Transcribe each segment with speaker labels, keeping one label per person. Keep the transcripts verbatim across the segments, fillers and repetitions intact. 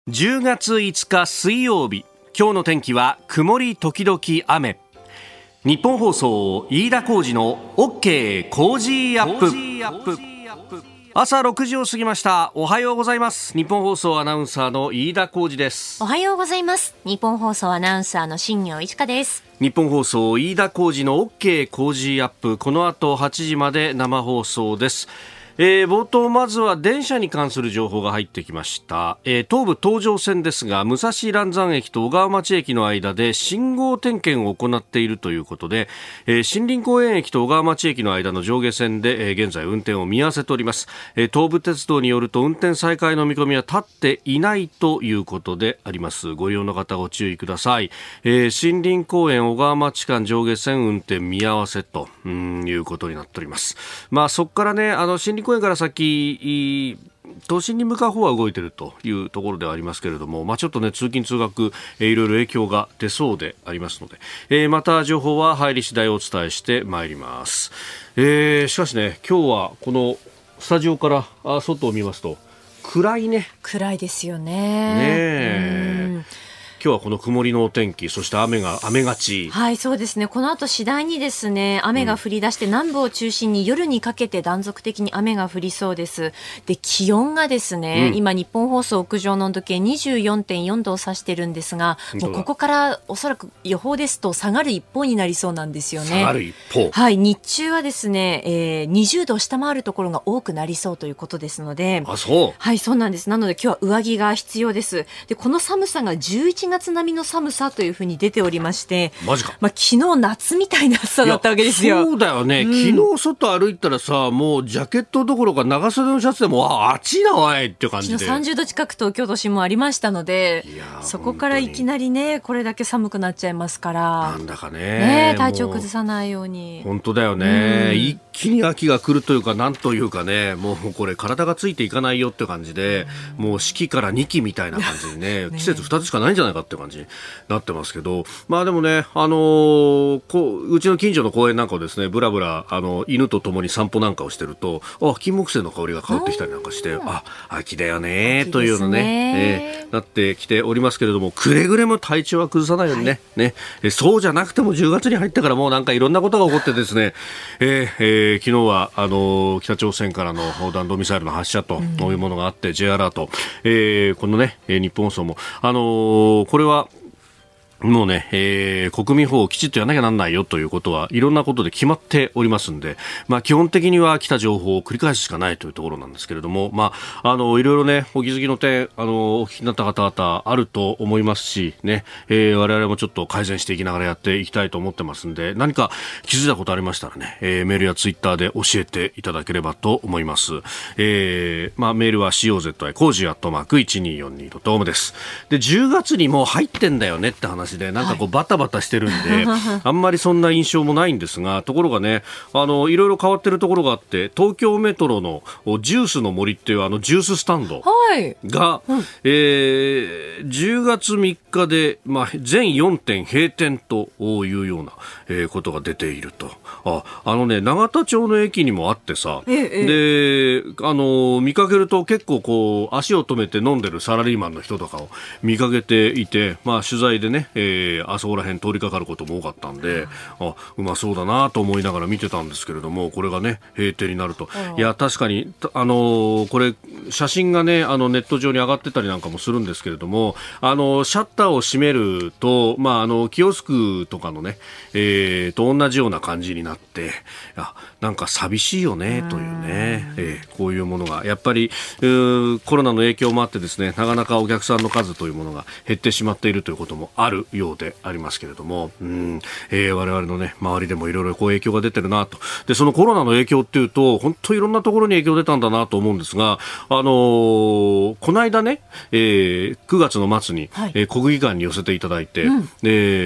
Speaker 1: じゅうがついつか水曜日、今日の天気は曇り時々雨。日本放送飯田浩司の OK 工事アップ。朝ろくじを過ぎました。おはようございます。日本放送アナウンサーの飯田浩司です。
Speaker 2: おはようございます。日本放送アナウンサーの新業一華です。
Speaker 1: 日本放送飯田浩司の OK 工事アップ、この後はちじまで生放送です。えー、冒頭まずは電車に関する情報が入ってきました。えー、東武東上線ですが、武蔵嵐山駅と小川町駅の間で信号点検を行っているということで、えー、森林公園駅と小川町駅の間の上下線で、えー、現在運転を見合わせております。えー、東武鉄道によると運転再開の見込みは立っていないということであります。ご利用の方ご注意ください。えー、森林公園小川町間上下線運転見合わせとうんいうことになっております。まあそこからね、あの森林公園から先都心に向かう方は動いているというところではありますけれども、まあ、ちょっとね通勤通学、えー、いろいろ影響が出そうでありますので、えー、また情報は入り次第お伝えしてまいります。えー、しかしね、今日はこのスタジオから外を見ますと暗いね。
Speaker 2: 暗いですよね。
Speaker 1: ねえ、今日はこの曇りのお天気、そして雨が雨がち。
Speaker 2: はい、そうですね。この後次第にですね、雨が降り出して、うん、南部を中心に夜にかけて断続的に雨が降りそうです。で、気温がですね、うん、今日本放送屋上の温度計 にじゅうよんてんよんどを指してるんですが、もうここからおそらく予報ですと下がる一方になりそうなんですよね。
Speaker 1: 下がる一方。
Speaker 2: はい、日中はですね、えー、にじゅうどを下回るところが多くなりそうということですので。
Speaker 1: あ、そう。
Speaker 2: はい、そうなんです。なので今日は上着が必要です。で、この寒さがじゅういちがつ並みの寒さというふうに出ておりまして、
Speaker 1: マジか。
Speaker 2: まあ、昨日夏みたいな暑さだったわけですよ。
Speaker 1: そうだよね、うん、昨日外歩いたらさ、もうジャケットどころか長袖のシャツでもあ暑いなおいって感じで、
Speaker 2: 昨日さんじゅうど近く東京都心もありましたので、そこからいきなりねこれだけ寒くなっちゃいますから、
Speaker 1: なんだか ね,
Speaker 2: ね体調崩さないように。
Speaker 1: 本当だよね、うん、一気に秋が来るというか、なんというかね、もうこれ体がついていかないよって感じで、うん、もう四季から二季みたいな感じで ね, ね季節ふたつしかないんじゃないかって感じになってますけど、まあでもね、あのー、こううちの近所の公園なんかをですね、ブラブラあの犬と共に散歩なんかをしてると、あ、金木犀の香りが香ってきたりなんかして、あ、秋だよねというようなね、えー、なってきておりますけれども、くれぐれも体調は崩さないようにね、はい、ね、えそうじゃなくてもじゅうがつに入ってからもうなんかいろんなことが起こってですね、えーえー、昨日はあのー、北朝鮮からの弾道ミサイルの発射というものがあって、うん、J アラート、えー、このね日本放送もあのー、これはもうね、えー、国民法をきちっとやらなきゃなんないよということはいろんなことで決まっておりますんで、まあ基本的には来た情報を繰り返すしかないというところなんですけれども、まあ、あの、いろいろね、お気づきの点、あの、お聞きになった方々あると思いますし、ね、えー、我々もちょっと改善していきながらやっていきたいと思ってますんで、何か気づいたことありましたらね、えー、メールやツイッターで教えていただければと思います。えー、まあメールは コーズアイ コージーアットマーク いちにーよんにードットコム です。で、じゅうがつにもう入ってんだよねって話で、なんかこうバタバタしてるんで、はい、あんまりそんな印象もないんですが、ところがね、あのいろいろ変わってるところがあって、東京メトロのジュースの森っていうあのジューススタンドが、はいうん、えー、じゅうがつみっかで、まあ、全よんてん閉店というような、えー、ことが出ていると。あ、あのね、永田町の駅にもあってさ、ええ、で、あの見かけると結構こう足を止めて飲んでるサラリーマンの人とかを見かけていて、まあ取材でね、えー、あそこら辺通りかかることも多かったんで、あ、うまそうだなと思いながら見てたんですけれども、これがね閉店になると、いや確かにあのこれ写真がねあのネット上に上がってたりなんかもするんですけれども、あのシャッターを閉めると、まああのキオスクとかのね、えー、と同じような感じになって、あ、なんか寂しいよねというね、えー、こういうものがやっぱりコロナの影響もあってですね、なかなかお客さんの数というものが減ってしまっているということもあるようでありますけれども、うん、えー、我々のね周りでもいろいろこう影響が出てるなと。で、そのコロナの影響っていうと本当いろんなところに影響出たんだなと思うんですが、あのー、この間ね、えー、くがつの末に、はい、えー、国技館に寄せていただいて、うん、えー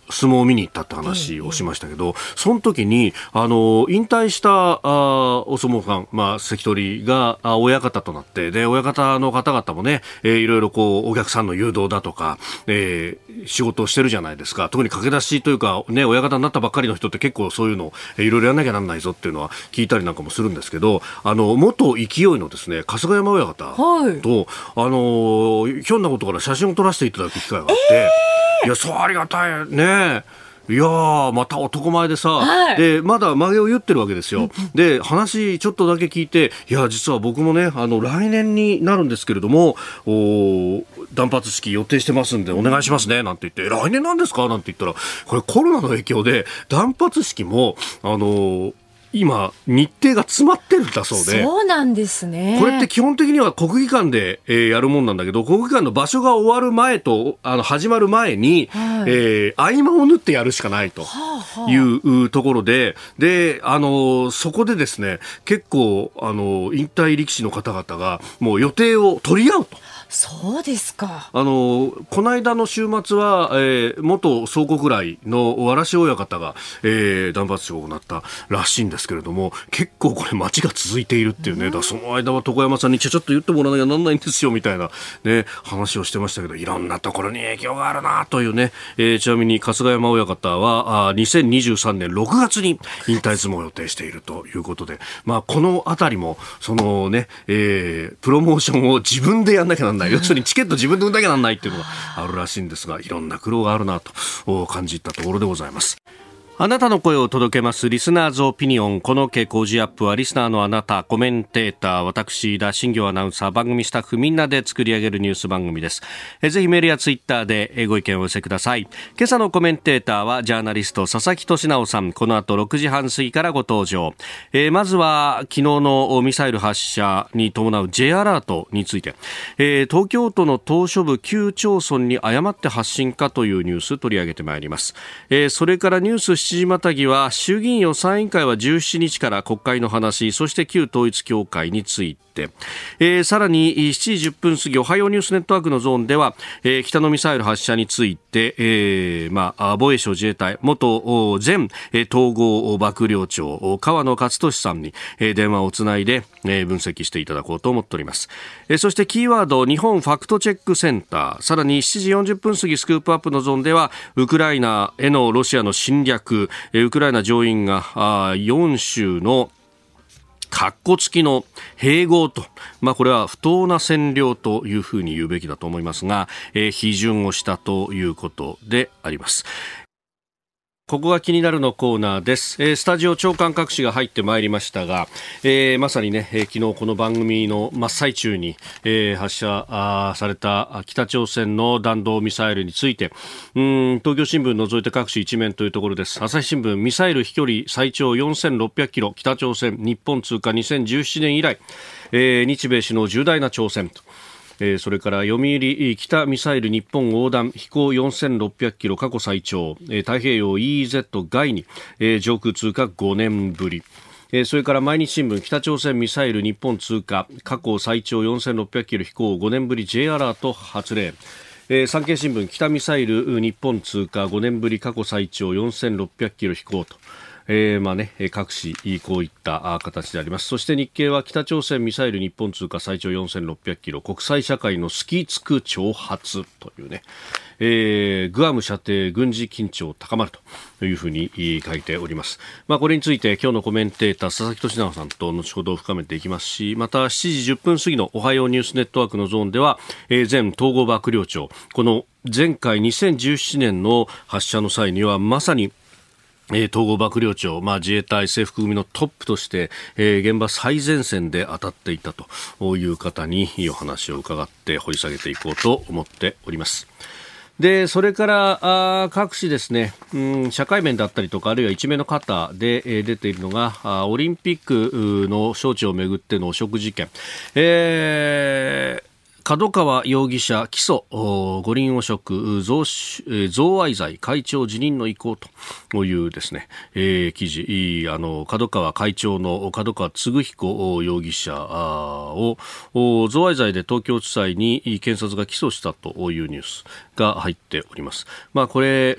Speaker 1: 相撲を見に行ったって話をしましたけど、その時にあの引退したあお相撲さん、まあ、関取があ親方となって、で親方の方々もね、えー、いろいろこうお客さんの誘導だとか、えー、仕事をしてるじゃないですか。特に駆け出しというか、ね、親方になったばっかりの人って結構そういうのいろいろやんなきゃなんないぞっていうのは聞いたりなんかもするんですけど、あの元勢いのですね春日山親方と、はい、あのひょんなことから写真を撮らせていただく機会があって、えー、いやそうありがたいね。いやーまた男前でさ、はい、でまだ曲げを言ってるわけですよ。で話ちょっとだけ聞いて、いや実は僕もねあの来年になるんですけれどもお断髪式予定してますんでお願いしますねなんて言って、来年なんですかなんて言ったら、これコロナの影響で断髪式もあのー今日程が詰まってるんだそうで。
Speaker 2: そうなんですね。
Speaker 1: これって基本的には国技館で、えー、やるもんなんだけど、国技館の場所が終わる前とあの始まる前に、はい、えー、合間を縫ってやるしかないという、はあ、ところで、であのそこでですね結構あの引退力士の方々がもう予定を取り合うと。
Speaker 2: そうですか。
Speaker 1: あのこの間の週末は、えー、元総国来のわらし親方が、えー、断髪式を行ったらしいんですけれども、結構これ待ちが続いているっていうね、うん、だその間は床山さんにちょちょっと言ってもらわなきゃなんないんですよみたいな、ね、話をしてましたけど、いろんなところに影響があるなというね、えー、ちなみに春日山親方はあにせんにじゅうさんねんろくがつに引退相撲を予定しているということで、まあ、このあたりもその、ねえー、プロモーションを自分でやんなきゃなんない、要するにチケット自分で売んなきゃなんないっていうのがあるらしいんですが、いろんな苦労があるなと感じたところでございます。あなたの声を届けますリスナーズオピニオン。この傾向ジアップはリスナーのあなた、コメンテーター、私田新行アナウンサー、番組スタッフみんなで作り上げるニュース番組です。えぜひメールやツイッターでご意見をお寄せください。今朝のコメンテーターはジャーナリスト佐々木俊直さん。この後ろくじはん過ぎからご登場。えー、まずは昨日のミサイル発射に伴う J アラートについて、えー、東京都の島しょ部きゅう町村に誤って発信かというニュース取り上げてまいります。えー、それからニュースしちじまたぎは衆議院予算委員会はじゅうしちにちから国会の話、そして旧統一教会について、えー、さらにしちじじゅっぷん過ぎおはようニュースネットワークのゾーンでは、えー、北のミサイル発射について、えーまあ、防衛省自衛隊元前統合幕僚長河野克俊さんに、えー、電話をつないで、えー、分析していただこうと思っております。えー、そしてキーワード日本ファクトチェックセンター、さらにしちじよんじゅっぷん過ぎスクープアップのゾーンではウクライナへのロシアの侵略、ウクライナ上院がよん州のカッコ付きの併合と、まあ、これは不当な占領というふうに言うべきだと思いますが、えー、批准をしたということであります。ここが気になるのコーナーです。えー、スタジオ長官各紙が入ってまいりましたが、えー、まさにね、えー、昨日この番組の真っ最中に、えー、発射された北朝鮮の弾道ミサイルについて、うーん東京新聞除いて各紙一面というところです。朝日新聞、ミサイル飛距離最長よんせんろっぴゃくキロ、北朝鮮日本通過にせんじゅうななねん以来、えー、日米首脳重大な挑戦と。えー、それから読売北ミサイル日本横断飛行よんせんろっぴゃくキロ過去最長、えー、太平洋 イーイーゼット 外に、えー、上空通過ごねんぶり、えー、それから毎日新聞北朝鮮ミサイル日本通過過去最長よんせんろっぴゃくキロ飛行ごねんぶり J アラート発令、えー、産経新聞北ミサイル日本通過ごねんぶり過去最長よんせんろっぴゃくキロ飛行と、えーまあね、各紙こういった形であります。そして日経は北朝鮮ミサイル日本通過最長よんせんろっぴゃくキロ、国際社会の隙つく挑発というね、えー、グアム射程軍事緊張高まるというふうに書いております。まあ、これについて今日のコメンテーター佐々木俊直さんと後ほど深めていきますし、またしちじじゅっぷん過ぎのおはようニュースネットワークのゾーンでは、えー、前統合幕僚長、この前回にせんじゅうななねんの発射の際にはまさにえー、統合幕僚長、まあ、自衛隊制服組のトップとして、えー、現場最前線で当たっていたという方にお話を伺って掘り下げていこうと思っております。でそれからあ各紙ですね、うん、社会面だったりとかあるいは一面の方で、えー、出ているのがあオリンピックの招致をめぐっての汚職事件、えー角川容疑者起訴五輪汚職贈賄罪会長辞任の意向というですね、えー、記事あの角川会長の角川嗣彦容疑者を贈賄罪で東京地裁に検察が起訴したというニュースが入っております。まあこれね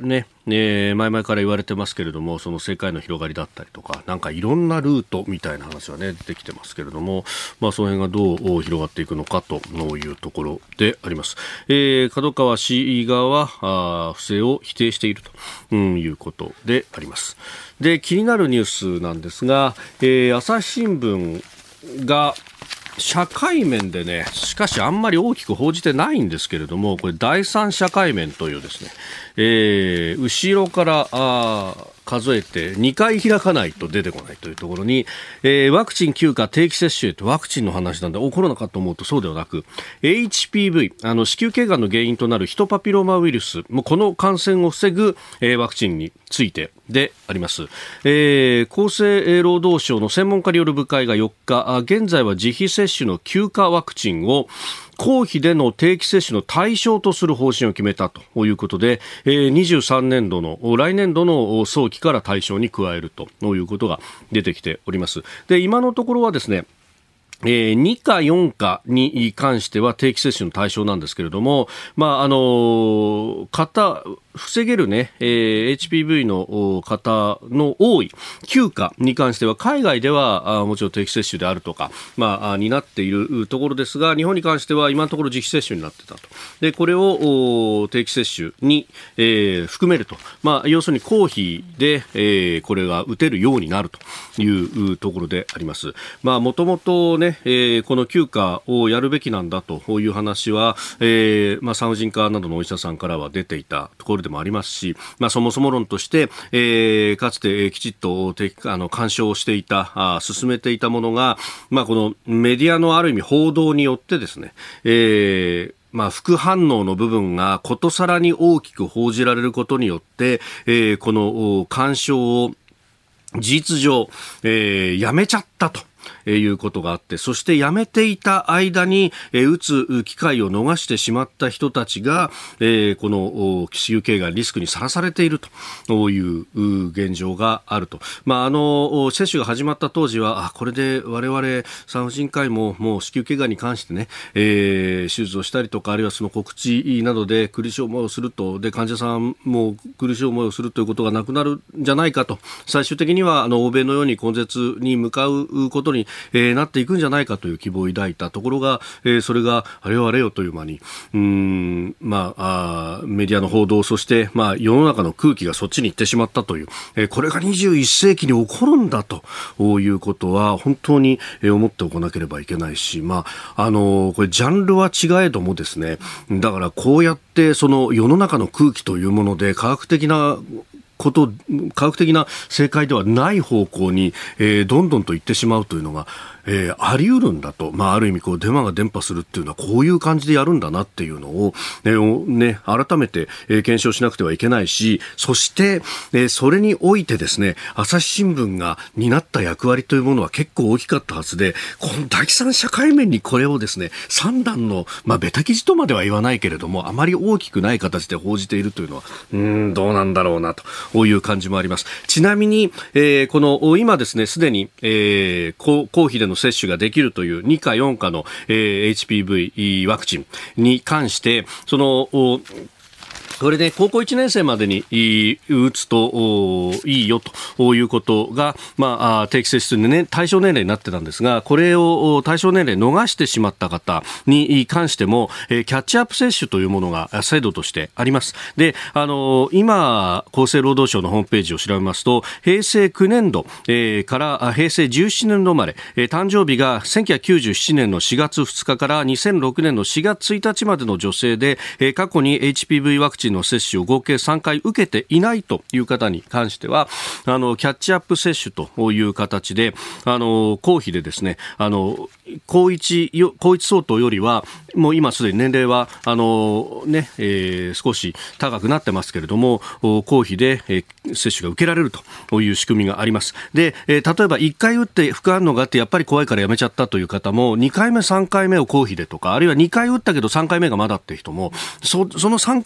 Speaker 1: えー、前々から言われてますけれども、その正解の広がりだったりとか、なんかいろんなルートみたいな話はね、出てきてますけれども、まあ、その辺がどう広がっていくのかというところであります。えー、角川氏側はあ不正を否定しているということであります。で、気になるニュースなんですが、えー、朝日新聞が社会面でね、しかしあんまり大きく報じてないんですけれども、これ第三社会面というですね、えー、後ろからあ数えてにかい開かないと出てこないというところに、えー、ワクチン休暇定期接種へとワクチンの話なんで、おコロナかと思うとそうではなく エイチピーブイ あの子宮頸がんの原因となるヒトパピローマウイルス、もうこの感染を防ぐ、えー、ワクチンについてであります。えー、厚生労働省の専門家による部会がよっか、現在は自費接種の休暇ワクチンを公費での定期接種の対象とする方針を決めたということで、えー、にじゅうさんねんどの来年度の早期から対象に加えるということが出てきております。で、今のところはですね、えー、にかよんかに関しては定期接種の対象なんですけれども、まあ、あのー、型防げるね、えー、エイチピーブイ の方の多い休暇に関しては海外ではあもちろん定期接種であるとか、まあ、になっているところですが、日本に関しては今のところ自費接種になってたと。で、これを定期接種に、えー、含めると、まあ、要するに公費で、えー、これが打てるようになるというところであります。まあ、もともとね、えー、この休暇をやるべきなんだという話は、えーまあ、産婦人科などのお医者さんからは出ていたところでもありますし、まあ、そもそも論として、えー、かつてきちっとあの干渉していたあ進めていたものが、まあ、このメディアのある意味報道によってですね、えーまあ、副反応の部分がことさらに大きく報じられることによって、えー、この干渉を事実上、えー、やめちゃったということがあって、そしてやめていた間に、えー、打つ機会を逃してしまった人たちが、えー、この子宮頸がんリスクにさらされているという現状があると。まあ、あの接種が始まった当時は、あ、これで我々産婦人科医ももう子宮頸がんに関してね、えー、手術をしたりとか、あるいはその告知などで苦しい思いをすると、で患者さんも苦しい思いをするということがなくなるんじゃないかと、最終的にはあの欧米のように根絶に向かうことにえー、なっていくんじゃないかという希望を抱いたところが、えー、それがあれよあれよという間にうーん、まあ、あメディアの報道、そして、まあ、世の中の空気がそっちに行ってしまったという、えー、これがにじゅういっせいきに起こるんだということは本当に思っておかなければいけないし、まああのー、これジャンルは違えどもですね、だからこうやってその世の中の空気というもので科学的なこと科学的な正解ではない方向に、えー、どんどんと行ってしまうというのが、えー、あり得るんだと、まあ、ある意味こうデマが伝播するっていうのはこういう感じでやるんだなっていうのを、えーね、改めて、えー、検証しなくてはいけないし、そして、えー、それにおいてですね、朝日新聞が担った役割というものは結構大きかったはずで、この第三社会面にこれをですね、三段の、まあ、ベタ記事とまでは言わないけれども、あまり大きくない形で報じているというのは、うーん、どうなんだろうなとこういう感じもあります。ちなみに、えー、この今ですね、すでに、えー、公, 公費での接種ができるというにかよんかの、えー、エイチピーブイ ワクチンに関してそのこれで高校いちねん生までに打つといいよということが、まあ、定期接種の、ね、対象年齢になってたんですが、これを対象年齢逃してしまった方に関しても、キャッチアップ接種というものが制度としてあります。で、あの、今、厚生労働省のホームページを調べますと、平成きゅうねんど、えー、から平成じゅうななねんど生まれ、えー、誕生日がせんきゅうひゃくきゅうじゅうななねんのしがつふつかからにせんろくねんのしがつついたちまでの女性で、えー、過去に エイチピーブイ ワクチンの接種を合計さんかい受けていないという方に関しては、あのキャッチアップ接種という形で、あの公費でですね、あの高一高一相当よりはもう今すでに年齢はあの、ねえー、少し高くなってますけれども、公費で、えー、接種が受けられるという仕組みがあります。で、えー、例えばいっかい打って副反応があってやっぱり怖いからやめちゃったという方も、にかいめさんかいめを公費でとか、あるいはにかい打ったけどさんかいめがまだって人も、そ, そのさんかいめに関して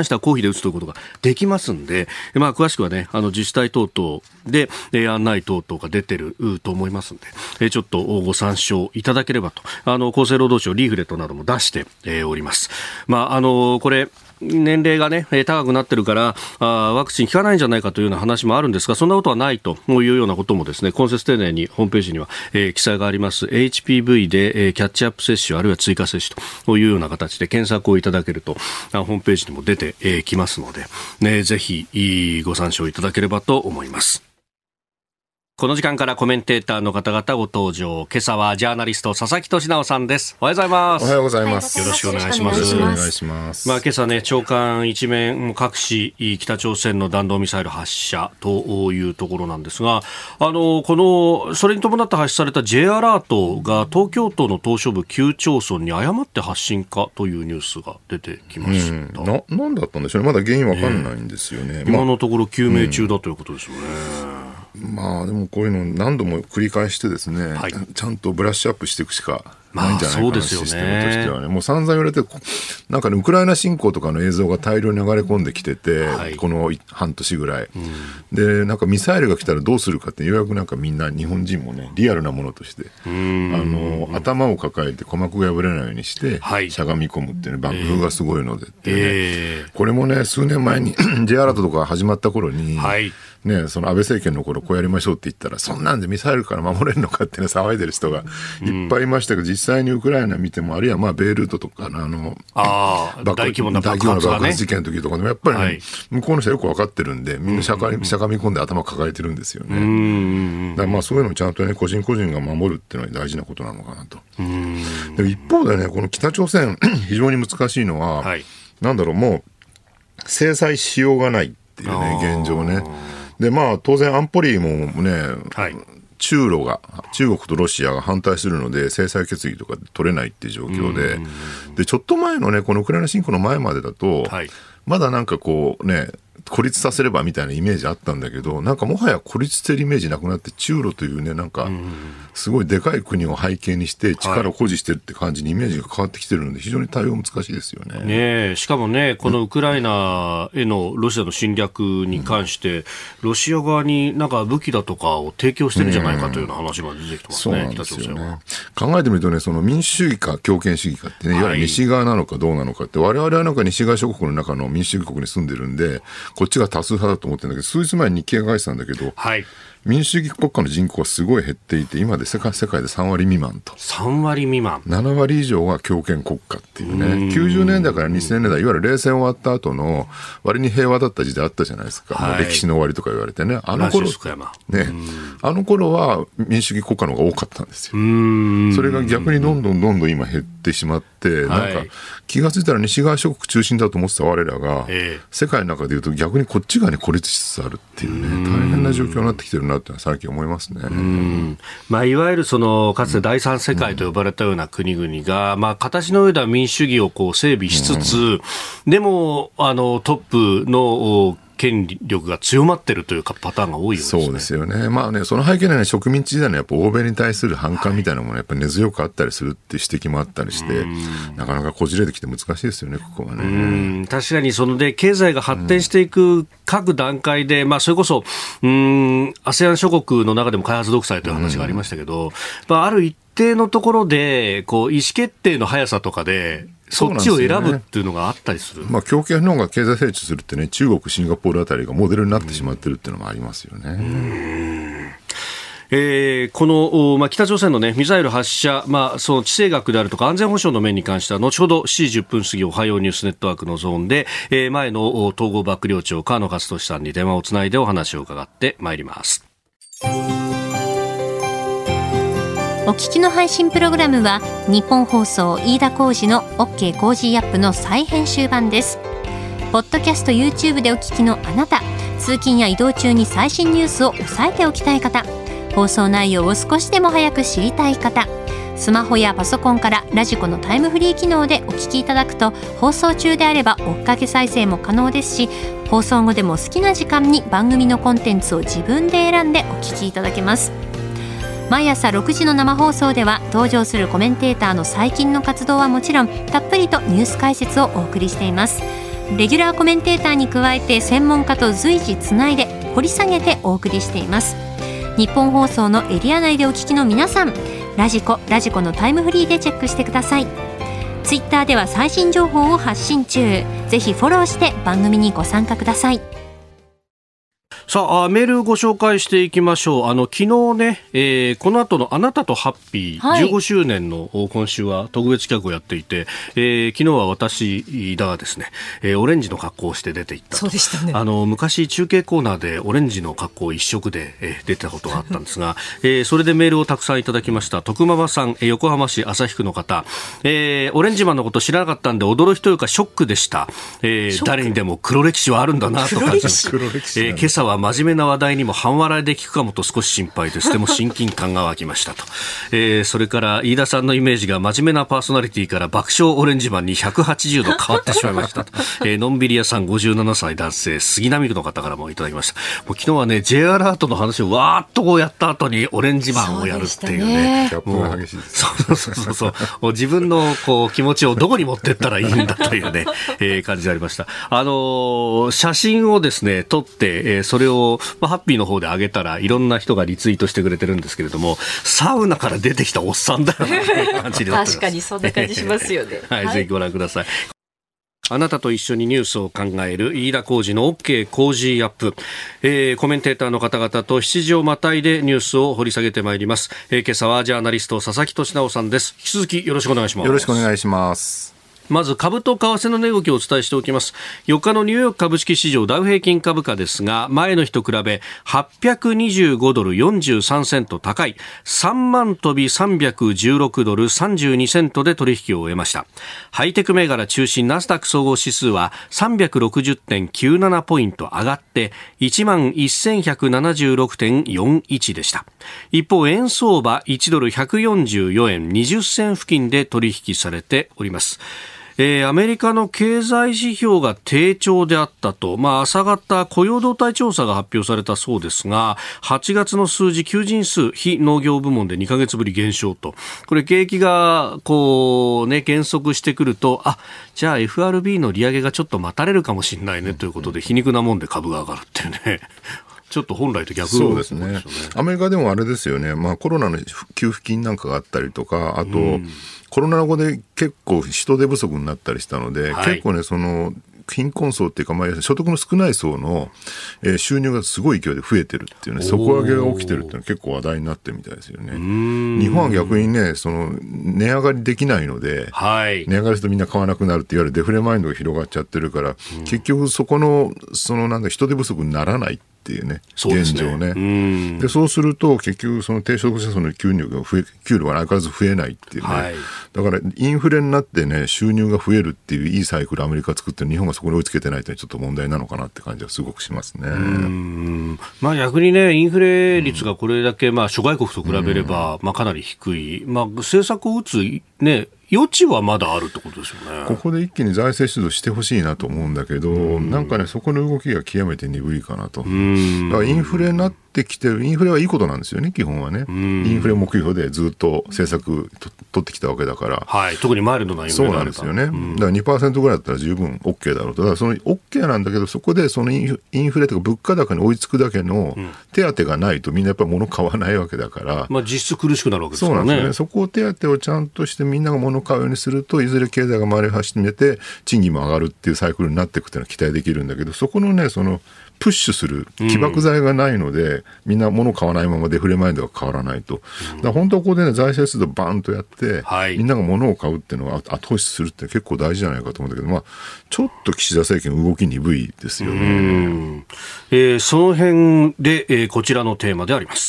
Speaker 1: しては公費で打つということができますんで、まあ、詳しくはね、あの自治体等々で、えー、案内等々が出てると思いますので、えー、ちょっとご参照いただければと。あの厚生労働省リーフレットなども出して、えー、おります。まあ、あのこれ年齢がね高くなってるからあワクチン効かないんじゃないかというような話もあるんですが、そんなことはないというようなこともですね、今節丁寧にホームページには、えー、記載があります。 エイチピーブイ で、えー、キャッチアップ接種あるいは追加接種というような形で検索をいただけるとホームページにも出てき、えー、ますので、ね、ぜひご参照いただければと思います。この時間からコメンテーターの方々ご登場。今朝はジャーナリスト佐々木俊直さんです。おはようございます。
Speaker 3: おはようございます。
Speaker 1: よろしくお願いします。
Speaker 3: よろしくお願いします。
Speaker 1: まあ、今朝ね、朝刊一面各紙北朝鮮の弾道ミサイル発射というところなんですが、あのこのそれに伴って発出された J アラートが東京都の島しょ部きゅう町村に誤って発信かというニュースが出てきました。
Speaker 3: うん、ななんだったんでしょうね。まだ原因わかんないんですよね。
Speaker 1: ね、今のところ究明中だということですよね。
Speaker 3: うん、まあでもこういうの何度も繰り返してですね、はい、ちゃんとブラッシュアップしていくしかないんじゃないかな、まあ、システムとしてはね。もう散々言われて、なんかね、ウクライナ侵攻とかの映像が大量に流れ込んできてて、はい、この半年ぐらい、うん、でなんかミサイルが来たらどうするかって、ようやくなんかみんな日本人もねリアルなものとして、あの頭を抱えて鼓膜が破れないようにして、はい、しゃがみ込むっていうね、爆風がすごいのでってね、えー、これもね数年前にJ アラートとか始まった頃に、はいね、その安倍政権の頃こうやりましょうって言ったら、そんなんでミサイルから守れるのかって、ね、騒いでる人がいっぱいいましたけど、うん、実際にウクライナ見ても、あるいはまあベイルートとかあの
Speaker 1: あ大規模な爆発が、ね、
Speaker 3: 爆発事件の時とかでもやっぱり、ね、はい、向こうの人はよく分かってるんで、みんなしゃがみ込んで頭抱えてるんですよね。うん、だからまあそういうのをちゃんとね個人個人が守るっていうのは大事なことなのかなと。うん、でも一方でね、この北朝鮮非常に難しいのは、はい、なんだろう、もう制裁しようがないっていうね現状ね。でまあ当然安保理もね、はい、中ロが中国とロシアが反対するので制裁決議とか取れないっていう状況で、でちょっと前のねこのウクライナ侵攻の前までだと、はい、まだなんかこうね孤立させればみたいなイメージあったんだけど、なんかもはや孤立してるイメージなくなって、中ロというねなんかすごいでかい国を背景にして力を誇示してるって感じにイメージが変わってきてるので、非常に対応難しいですよね。
Speaker 1: ねえ、しかもねこのウクライナへのロシアの侵略に関して、うん、ロシア側になんか武器だとかを提供してるんじゃないかというような話まで出てきてますね、うん、北朝鮮は。
Speaker 3: 考えてみるとね、その民主主義か強権主義かってね、いわゆる西側なのかどうなのかって、我々はなんか西側諸国の中の民主主義国に住んでるんでこっちが多数派だと思ってるんだけど、数日前に日経が書いてたんだけど、はい、民主主義国家の人口がすごい減っていて、今で世界、世界でさんわり未満と。
Speaker 1: さんわり未満。
Speaker 3: ななわり以上が強権国家っていうね。きゅうじゅうねんだいからにせんねんだい、いわゆる冷戦終わった後の割に平和だった時代あったじゃないですか。はい、歴史の終わりとか言われてね。あの頃、ね、あの頃は民主主義国家の方が多かったんですよ。それが逆にどんどんどんどん今減ってしまって、なんか気がついたら西側諸国中心だと思ってた我らが、世界の中でいうと逆にこっち側に孤立しつつあるっていうね、大変な状況になってきてるなって最近思いますね。うん、
Speaker 1: まあ、いわゆるそのかつて第三世界と呼ばれたような国々が、まあ、形の上では民主主義をこう整備しつつ、うん、でもあのトップの権力が強まっているというかパターンが多いようですね。
Speaker 3: そうですよね。まあね、その背景には、ね、植民地時代のやっぱ欧米に対する反感みたいなものがやっぱ根強くあったりするっていう指摘もあったりして、なかなかこじれてきて難しいですよね、ここはね。
Speaker 1: うん確かにそので経済が発展していく各段階で、まあ、それこそうん アセアン 諸国の中でも開発独裁という話がありましたけど、まあ、ある一定のところでこう意思決定の速さとかでそっちを選ぶっていうのがあったりする。
Speaker 3: まあ、強権の方が経済成長するってね、中国、シンガポールあたりがモデルになってしまってるっていうのもありますよね。うん
Speaker 1: えー、この、まあ、北朝鮮の、ね、ミサイル発射、まあ、その地政学であるとか安全保障の面に関しては後ほどしちじじゅっぷん過ぎおはようニュースネットワークのゾーンで、えー、前の統合幕僚長河野克俊さんに電話をつないでお話を伺ってまいります。
Speaker 2: お聞きの配信プログラムは日本放送飯田浩司の OK コージーアップの再編集版です。ポッドキャスト YouTube でお聞きのあなた、通勤や移動中に最新ニュースを押さえておきたい方、放送内容を少しでも早く知りたい方、スマホやパソコンからラジコのタイムフリー機能でお聞きいただくと、放送中であれば追っかけ再生も可能ですし、放送後でも好きな時間に番組のコンテンツを自分で選んでお聞きいただけます。毎朝ろくじの生放送では登場するコメンテーターの最近の活動はもちろん、たっぷりとニュース解説をお送りしています。 レギュラーコメンテーターに加えて専門家と随時つないで掘り下げてお送りしています。日本放送のエリア内でお聞きの皆さん、ラジコラジコのタイムフリーでチェックしてください。ツイッターでは最新情報を発信中。ぜひフォローして番組にご参加ください。
Speaker 1: さあ、メールをご紹介していきましょう。あの昨日ね、えー、この後のあなたとハッピー、はい、じゅうごしゅうねんの今週は特別企画をやっていて、えー、昨日は私だがですね、えー、オレンジの格好をして出ていったと。
Speaker 2: そうでしたね。
Speaker 1: あの昔中継コーナーでオレンジの格好一色で、えー、出てたことがあったんですが、えー、それでメールをたくさんいただきました。徳ママさん、横浜市旭区の方、えー、オレンジマンのこと知らなかったんで驚きというかショックでした。えー、誰にでも黒歴史はあるんだなと感じました。黒歴史、えー、今朝は真面目な話題にも半笑いで聞くかもと少し心配です。でも親近感が湧きましたと、えー、それから飯田さんのイメージが真面目なパーソナリティから爆笑オレンジマンにひゃくはちじゅうど変わってしまいましたと、えー、のんびり屋さんごじゅうななさい男性杉並区の方からもいただきました。もう昨日はね J アラートの話をわーっとこうやった後にオレンジマンをやるっていうね、
Speaker 3: ギャップが激しいです。
Speaker 1: そうそうそうそうもう自分のこう気持ちをどこに持ってったらいいんだというね、えー、感じでありました。あのー、写真をですね撮って、えー、それを、まあ、ハッピーの方で上げたらいろんな人がリツイートしてくれてるんですけれども、サウナから出てきたおっさんだよねっていう感じになってます。
Speaker 2: 確かにそんな感じしますよね。
Speaker 1: はい、はい、ぜひご覧ください。あなたと一緒にニュースを考える飯田浩司の OK 工事アップ、えー、コメンテーターの方々としちじをまたいでニュースを掘り下げてまいります。えー、今朝はジャーナリスト佐々木俊直さんです。引き続きよろしくお願いします。
Speaker 3: よろしくお願いします。
Speaker 1: まず株と為替の値動きをお伝えしておきます。よっかのニューヨーク株式市場ダウ平均株価ですが、前の日と比べはっぴゃくにじゅうごドルよんじゅうさんセント高いさんまん飛びさんびゃくじゅうろくドルさんじゅうにセントで取引を終えました。ハイテク銘柄中心ナスダック総合指数は さんびゃくろくじゅってんきゅうなな ポイント上がって いちまんせんひゃくななじゅうろくてんよんいち でした。一方、円相場いちドルひゃくよんじゅうよえんにじゅっせん付近で取引されております。えー、アメリカの経済指標が低調であったと、まあ、朝方雇用動態調査が発表されたそうですが、はちがつの数字求人数非農業部門でにかげつぶり減少と、これ景気がこうね減速してくると、あ、じゃあ エフアールビー の利上げがちょっと待たれるかもしれないねということで、皮肉なもんで株が上がるっていうねちょっと本来と逆。
Speaker 3: そうですね。アメリカでもあれですよね、まあ、コロナの給付金なんかがあったりとか、あと、うん、コロナ後で結構人手不足になったりしたので、はい、結構ねその貧困層っていうか、まあ、所得の少ない層の、えー、収入がすごい勢いで増えてるっていうね、底上げが起きてるっていうのは結構話題になってるみたいですよね。日本は逆にね、その値上がりできないので、はい、値上がりするとみんな買わなくなるっていわゆるデフレマインドが広がっちゃってるから、うん、結局そこのそのなんだ人手不足にならないっていうね、現状ね。うんでそうすると結局その低所得者層の給料が増え給料が相変わらず増えないっていうね、はい、だからインフレになってね収入が増えるっていういいサイクルアメリカ作ってる、日本がそこに追いつけてないというのはちょっと問題なのかなって感じはすごくしますね。うん、
Speaker 1: まあ、逆にねインフレ率がこれだけ、まあ、諸外国と比べれば、まあ、かなり低い、まあ、政策を打つね余地はまだあるってことですよね。
Speaker 3: ここで一気に財政出動してほしいなと思うんだけど、んなんかねそこの動きが極めて鈍いかなと。うんだからインフレになってきてる、インフレはいいことなんですよね基本はね。インフレ目標でずっと政策と取ってきたわけだから、
Speaker 1: はい、特にマイルドなインフレ
Speaker 3: そうなんですよね。だから にパーセント ぐらいだったら十分 OK だろうと。だからその OK なんだけど、そこでそのインフレとか物価高に追いつくだけの手当がないとみんなやっぱり物買わないわけだから、
Speaker 1: まあ、実質苦しくなるわけですからね。
Speaker 3: そうなんですよね。そこを手当をちゃんとしてみんなが物買うようにすると、いずれ経済が回り始めて賃金も上がるっていうサイクルになっていくっていうのは期待できるんだけど、そこのねそのプッシュする起爆剤がないので、うん、みんな物買わないままデフレマインドが変わらないと、うん、だから本当はここでね財政出動バーンとやって、はい、みんなが物を買うっていうのは後押しするって結構大事じゃないかと思うんだけど、まあ、ちょっと岸田政権動き鈍いですよね。うん、
Speaker 1: えー、その辺で、えー、こちらのテーマであります。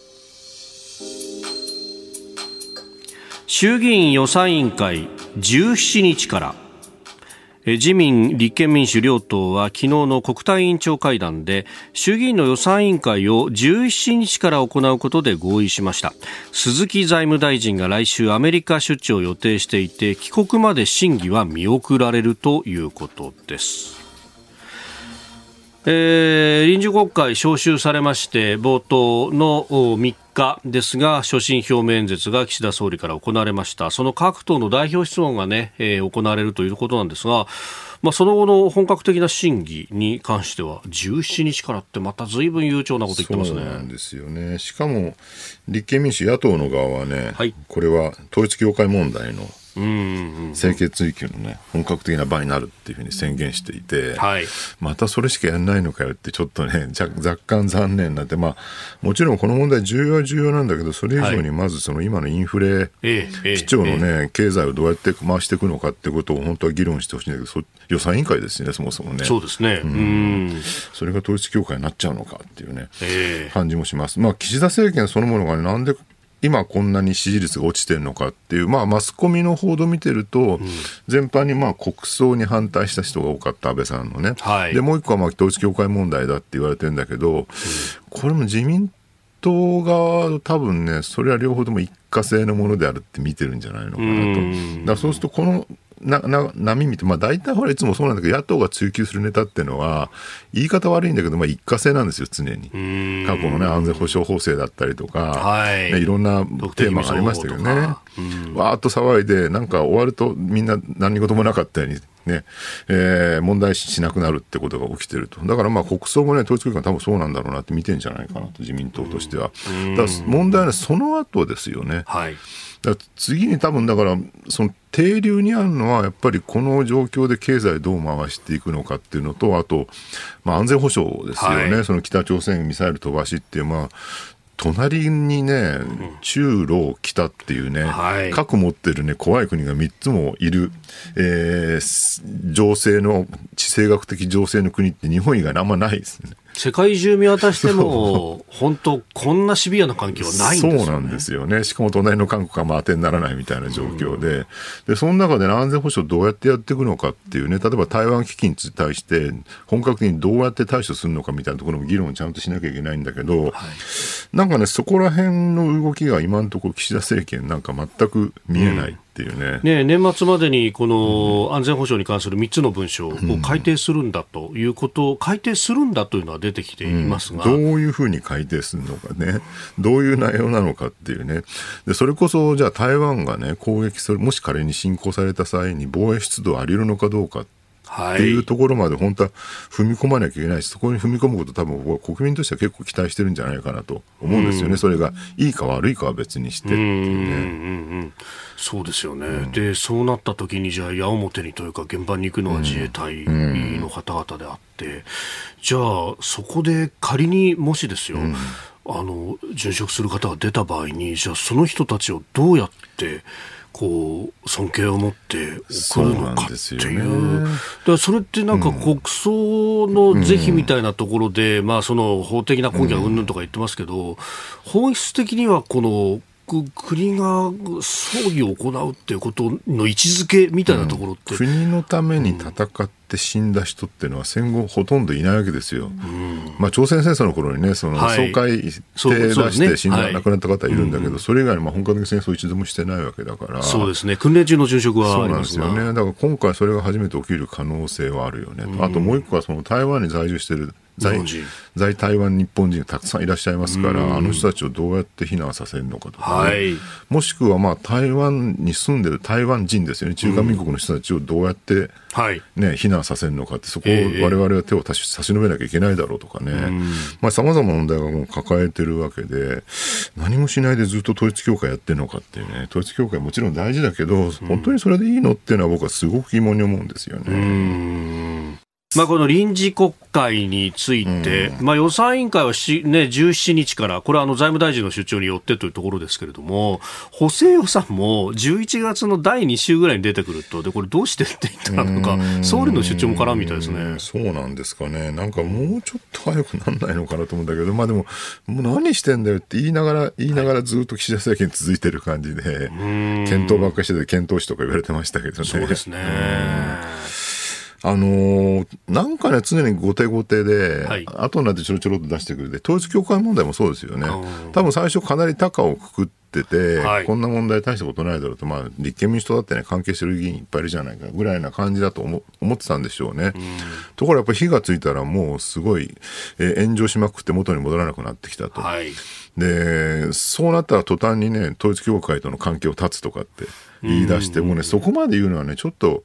Speaker 1: 衆議院予算委員会じゅうしちにちから自民、立憲民主両党は昨日の国対委員長会談で衆議院の予算委員会をじゅうしちにちから行うことで合意しました。鈴木財務大臣が来週アメリカ出張を予定していて、帰国まで審議は見送られるということです。えー、臨時国会召集されまして冒頭のみっかですが、所信表明演説が岸田総理から行われました。その各党の代表質問が、ねえー、行われるということなんですが、 まあ、その後の本格的な審議に関してはじゅうしちにちからってまた随分悠長なこと言ってますね。
Speaker 3: そうなんですよね。しかも立憲民主野党の側はね、
Speaker 1: はい、
Speaker 3: これは統一教会問題の
Speaker 1: うんうんうん、
Speaker 3: 政権追及のね本格的な場になるっていうふうに宣言していて、
Speaker 1: はい、ま
Speaker 3: たそれしかやらないのかよってちょっとね若干残念なんで、まあ、もちろんこの問題重要は重要なんだけど、それ以上にまずその今のインフレ基調のね経済をどうやって回していくのかってことを本当は議論してほしいんだけど、そ予算委員会ですよね、そもそもね。
Speaker 1: そうですね、うん、
Speaker 3: うんそれが統一教会になっちゃうのかっていうね、えー、感じもします。まあ、岸田政権そのものが、ね、なんで今こんなに支持率が落ちてるのかっていう、まあ、マスコミの報道を見てると、うん、全般にまあ国葬に反対した人が多かった、安倍さんのね、はい、でもう一個はまあ統一教会問題だって言われてるんだけど、うん、これも自民党が多分ねそれは両方とも一過性のものであるって見てるんじゃないのかなと。だからそうするとこのなな波見て、まあ、大体ほらいつもそうなんだけど、野党が追及するネタっていうのは言い方悪いんだけど、まあ、一過性なんですよ、常に。過去の、ね、安全保障法制だったりとか、はいね、いろんなテーマがありましたけどね、わーっと騒いでなんか終わるとみんな何事もなかったようにねえー、問題視しなくなるってことが起きてると。だからまあ国葬もね統一教会多分そうなんだろうなって見てるんじゃないかなと、自民党としては。だから問題はその後ですよね、はい、だから次に多分だからその底流にあるのはやっぱりこの状況で経済どう回していくのかっていうのと、あと、まあ、安全保障ですよね、はい、その北朝鮮ミサイル飛ばしっていう、まあ隣にね中ロ北っていうね、はい、核持ってるね怖い国がみっつもいる、えー、情勢の地政学的情勢の国って日本以外にあんまないですね。
Speaker 1: 世界中見渡しても本当こんなシビアな環境はないんですよね。
Speaker 3: そうなんですよね。しかも隣の韓国が当てにならないみたいな状況で、うん、でその中で、ね、安全保障どうやってやっていくのかっていうね、例えば台湾危機に対して本格的にどうやって対処するのかみたいなところも議論をちゃんとしなきゃいけないんだけど、はい、なんかねそこら辺の動きが今のところ岸田政権なんか全く見えない、うんっていうね
Speaker 1: ね、年末までにこの安全保障に関するみっつの文書を改定するんだということ、うん、改定するんだというのは出てきていますが、
Speaker 3: うん、どういうふうに改定するのかね、どういう内容なのかっていうね。でそれこそじゃあ台湾がね攻撃する、もし仮に侵攻された際に防衛出動あり得るのかどうかっていうところまで本当は踏み込まなきゃいけないし、そこに踏み込むこと多分僕は国民としては結構期待してるんじゃないかなと思うんですよね、うん、それがいいか悪いかは別にしてっていうね、うんうんうん、
Speaker 1: そうですよね、うん、でそうなった時にじゃあ矢面にというか現場に行くのは自衛隊の方々であって、うんうん、じゃあそこで仮にもしですよ、うん、あの殉職する方が出た場合にじゃあその人たちをどうやってこう尊敬を持って送るのかっていう、だからそれってなんか国葬の是非みたいなところで、うんまあ、その法的な根拠はうんぬんとか言ってますけど、うん、本質的にはこの国が葬儀を行うっていうことの位置づけみたいなところって、
Speaker 3: うん、国のために戦って死んだ人っていうのは戦後ほとんどいないわけですよ、うんまあ、朝鮮戦争の頃にねその総会手出して死んだ、亡くなった方いるんだけど、はい、それ以外にまあ本格的戦争一度もしてないわけだから。
Speaker 1: そうですね、訓練中の殉職はありますが、
Speaker 3: そうなんですよね。だから今回それが初めて起きる可能性はあるよね、うん、あともう一個はその台湾に在住している在, 在台湾日本人がたくさんいらっしゃいますから、うん、あの人たちをどうやって避難させるのかとか、ねはい、もしくはまあ台湾に住んでる台湾人ですよね、中華民国の人たちをどうやって、ねうん、避難させるのかって、そこを我々は手を差し伸べなきゃいけないだろうとかね、さまざ、まな問題がもう抱えてるわけで、何もしないでずっと統一教会やってるのかっていうね。統一教会もちろん大事だけど、うん、本当にそれでいいのっていうのは僕はすごく疑問に思うんですよね。
Speaker 1: うんまあ、この臨時国会について、うんまあ、予算委員会はし、ね、じゅうしちにちから、これはあの財務大臣の出張によってというところですけれども、補正予算もじゅういちがつのだいに週ぐらいに出てくると、でこれどうしてって言ったらなんか総理の出張も絡むみたいですね。
Speaker 3: そうなんですかね。なんかもうちょっと早くなんないのかなと思うんだけど、まあでも、もう何してんだよって言いながら、言いながらずっと岸田政権続いてる感じで、検討ばっかりしてて検討士とか言われてましたけどね。
Speaker 1: そうですね。
Speaker 3: あのー、なんかね常に後手後手で、はい、後になってちょろちょろっと出してくるで、統一教会問題もそうですよね。多分最初かなり高をくくってて、はい、こんな問題大したことないだろうと、まあ、立憲民主党だってね関係してる議員いっぱいいるじゃないかぐらいな感じだと 思, 思ってたんでしょうね。うんところやっぱり火がついたらもうすごい、えー、炎上しまくって元に戻らなくなってきたと、はい、でそうなったら途端にね統一教会との関係を断つとかって言い出して、もうねそこまで言うのはねちょっと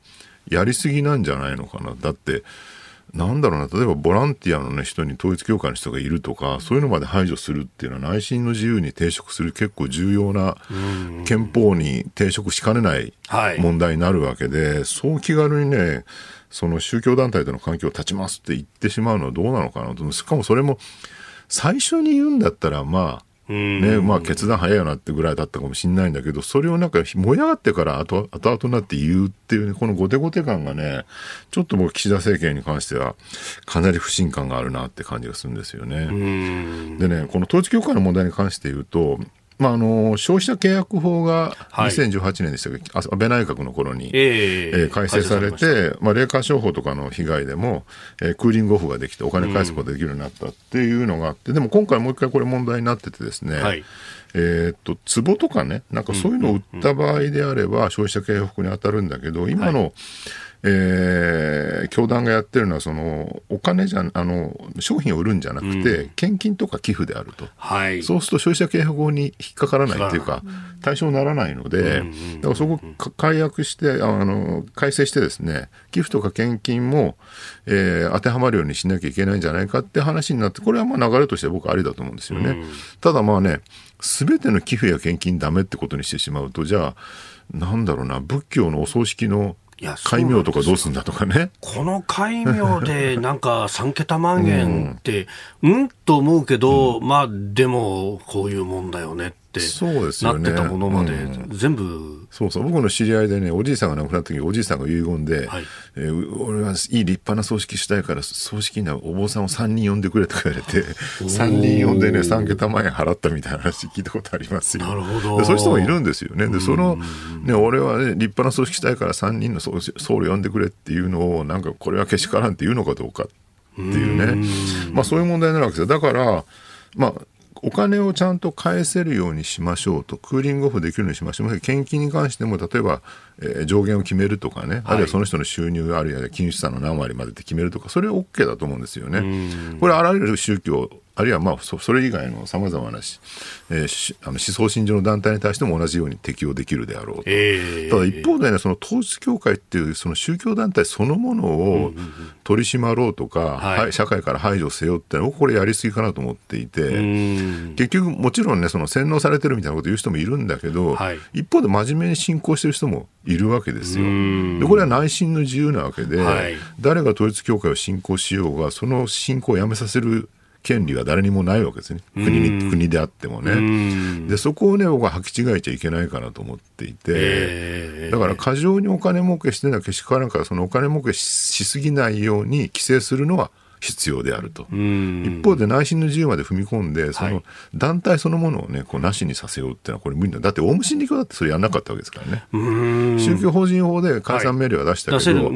Speaker 3: やりすぎなんじゃないのかな。だってなんだろうな、例えばボランティアの、ね、人に統一教会の人がいるとか、そういうのまで排除するっていうのは内心の自由に抵触する結構重要な憲法に抵触しかねない問題になるわけで、はい、そう気軽にねその宗教団体との関係を断ちますって言ってしまうのはどうなのかなと。しかもそれも最初に言うんだったらまあね、まあ決断早いよなってぐらいだったかもしれないんだけど、それをなんか燃え上がってから後々になって言うっていう、ね、この後手後手感がね、ちょっともう岸田政権に関してはかなり不信感があるなって感じがするんですよね。でね、この統一教会の問題に関して言うと、まあ、あの消費者契約法がにせんじゅうはちねんでしたっけ、はい、安倍内閣の頃に、えーえー、改正されて、まあ、霊感商法とかの被害でも、えー、クーリングオフができてお金返すことができるようになったっていうのがあって、うん、でも今回もう一回これ問題になっててですね、はい、えー、っと壺とかね、なんかそういうのを売った場合であれば消費者契約法に当たるんだけど、今の、はい、えー、教団がやってるのはそのお金じゃあの商品を売るんじゃなくて、うん、献金とか寄付であると、はい、そうすると消費者契約法に引っかからないっていうか対象にならないので、うん、だからそこを改悪してあの改正してですね、寄付とか献金も、えー、当てはまるようにしなきゃいけないんじゃないかって話になって、これはまあ流れとして僕はありだと思うんですよね、うん、ただまあね、全ての寄付や献金ダメってことにしてしまうと、じゃあなんだろうな、仏教のお葬式の戒名とかどうするんだとかね、
Speaker 1: この戒名でなんかさん桁万円って、うん、うんと思うけど、うん、まあでもこういうもんだよねって
Speaker 3: そうですよね、
Speaker 1: なってたものまで、うん、全部
Speaker 3: そうそう、僕の知り合いでね、おじいさんが亡くなった時、おじいさんが遺言で、はい、えー、俺はいい立派な葬式したいから葬式にはお坊さんをさんにん呼んでくれとか言われてさんにん呼んでねさん桁万円払ったみたいな話聞いたことありますよ。
Speaker 1: なるほど。
Speaker 3: でそういう人もいるんですよね。でその、ね、俺は、ね、立派な葬式したいからさんにんの僧侶呼んでくれっていうのをなんかこれはけしからんっていうのかどうかっていうね、まあそういう問題になるわけですよ。だからまあお金をちゃんと返せるようにしましょうと、クーリングオフできるようにしましょう。献金に関しても例えば、えー、上限を決めるとかね、はい、あるいはその人の収入あるいは金融資産の何割までって決めるとか、それは OK だと思うんですよね。これあらゆる宗教あるいはまあ そ, それ以外のさまざまなし、えー、あの思想信条の団体に対しても同じように適用できるであろうと、えー、ただ一方で、ね、その統一教会っていうその宗教団体そのものを取り締まろうとか、うんうんうん、はい、社会から排除せよってのはこれやりすぎかなと思っていて、結局もちろんねその洗脳されてるみたいなこと言う人もいるんだけど、はい、一方で真面目に信仰してる人もいるわけですよ。でこれは内心の自由なわけで、はい、誰が統一教会を信仰しようがその信仰をやめさせる権利は誰にもないわけですね。国に、国であってもね。でそこをね僕は履き違えちゃいけないかなと思っていて、えー、だから過剰にお金儲けしてるのはけしからんから、そのお金儲け し, しすぎないように規制するのは必要であると。一方で内心の自由まで踏み込んでその団体そのものをねこうなしにさせようってのはこれ無理だ。だってオウム真理教だってそれやんなかったわけですからね。宗教法人法で解散命令は出したけど、はい、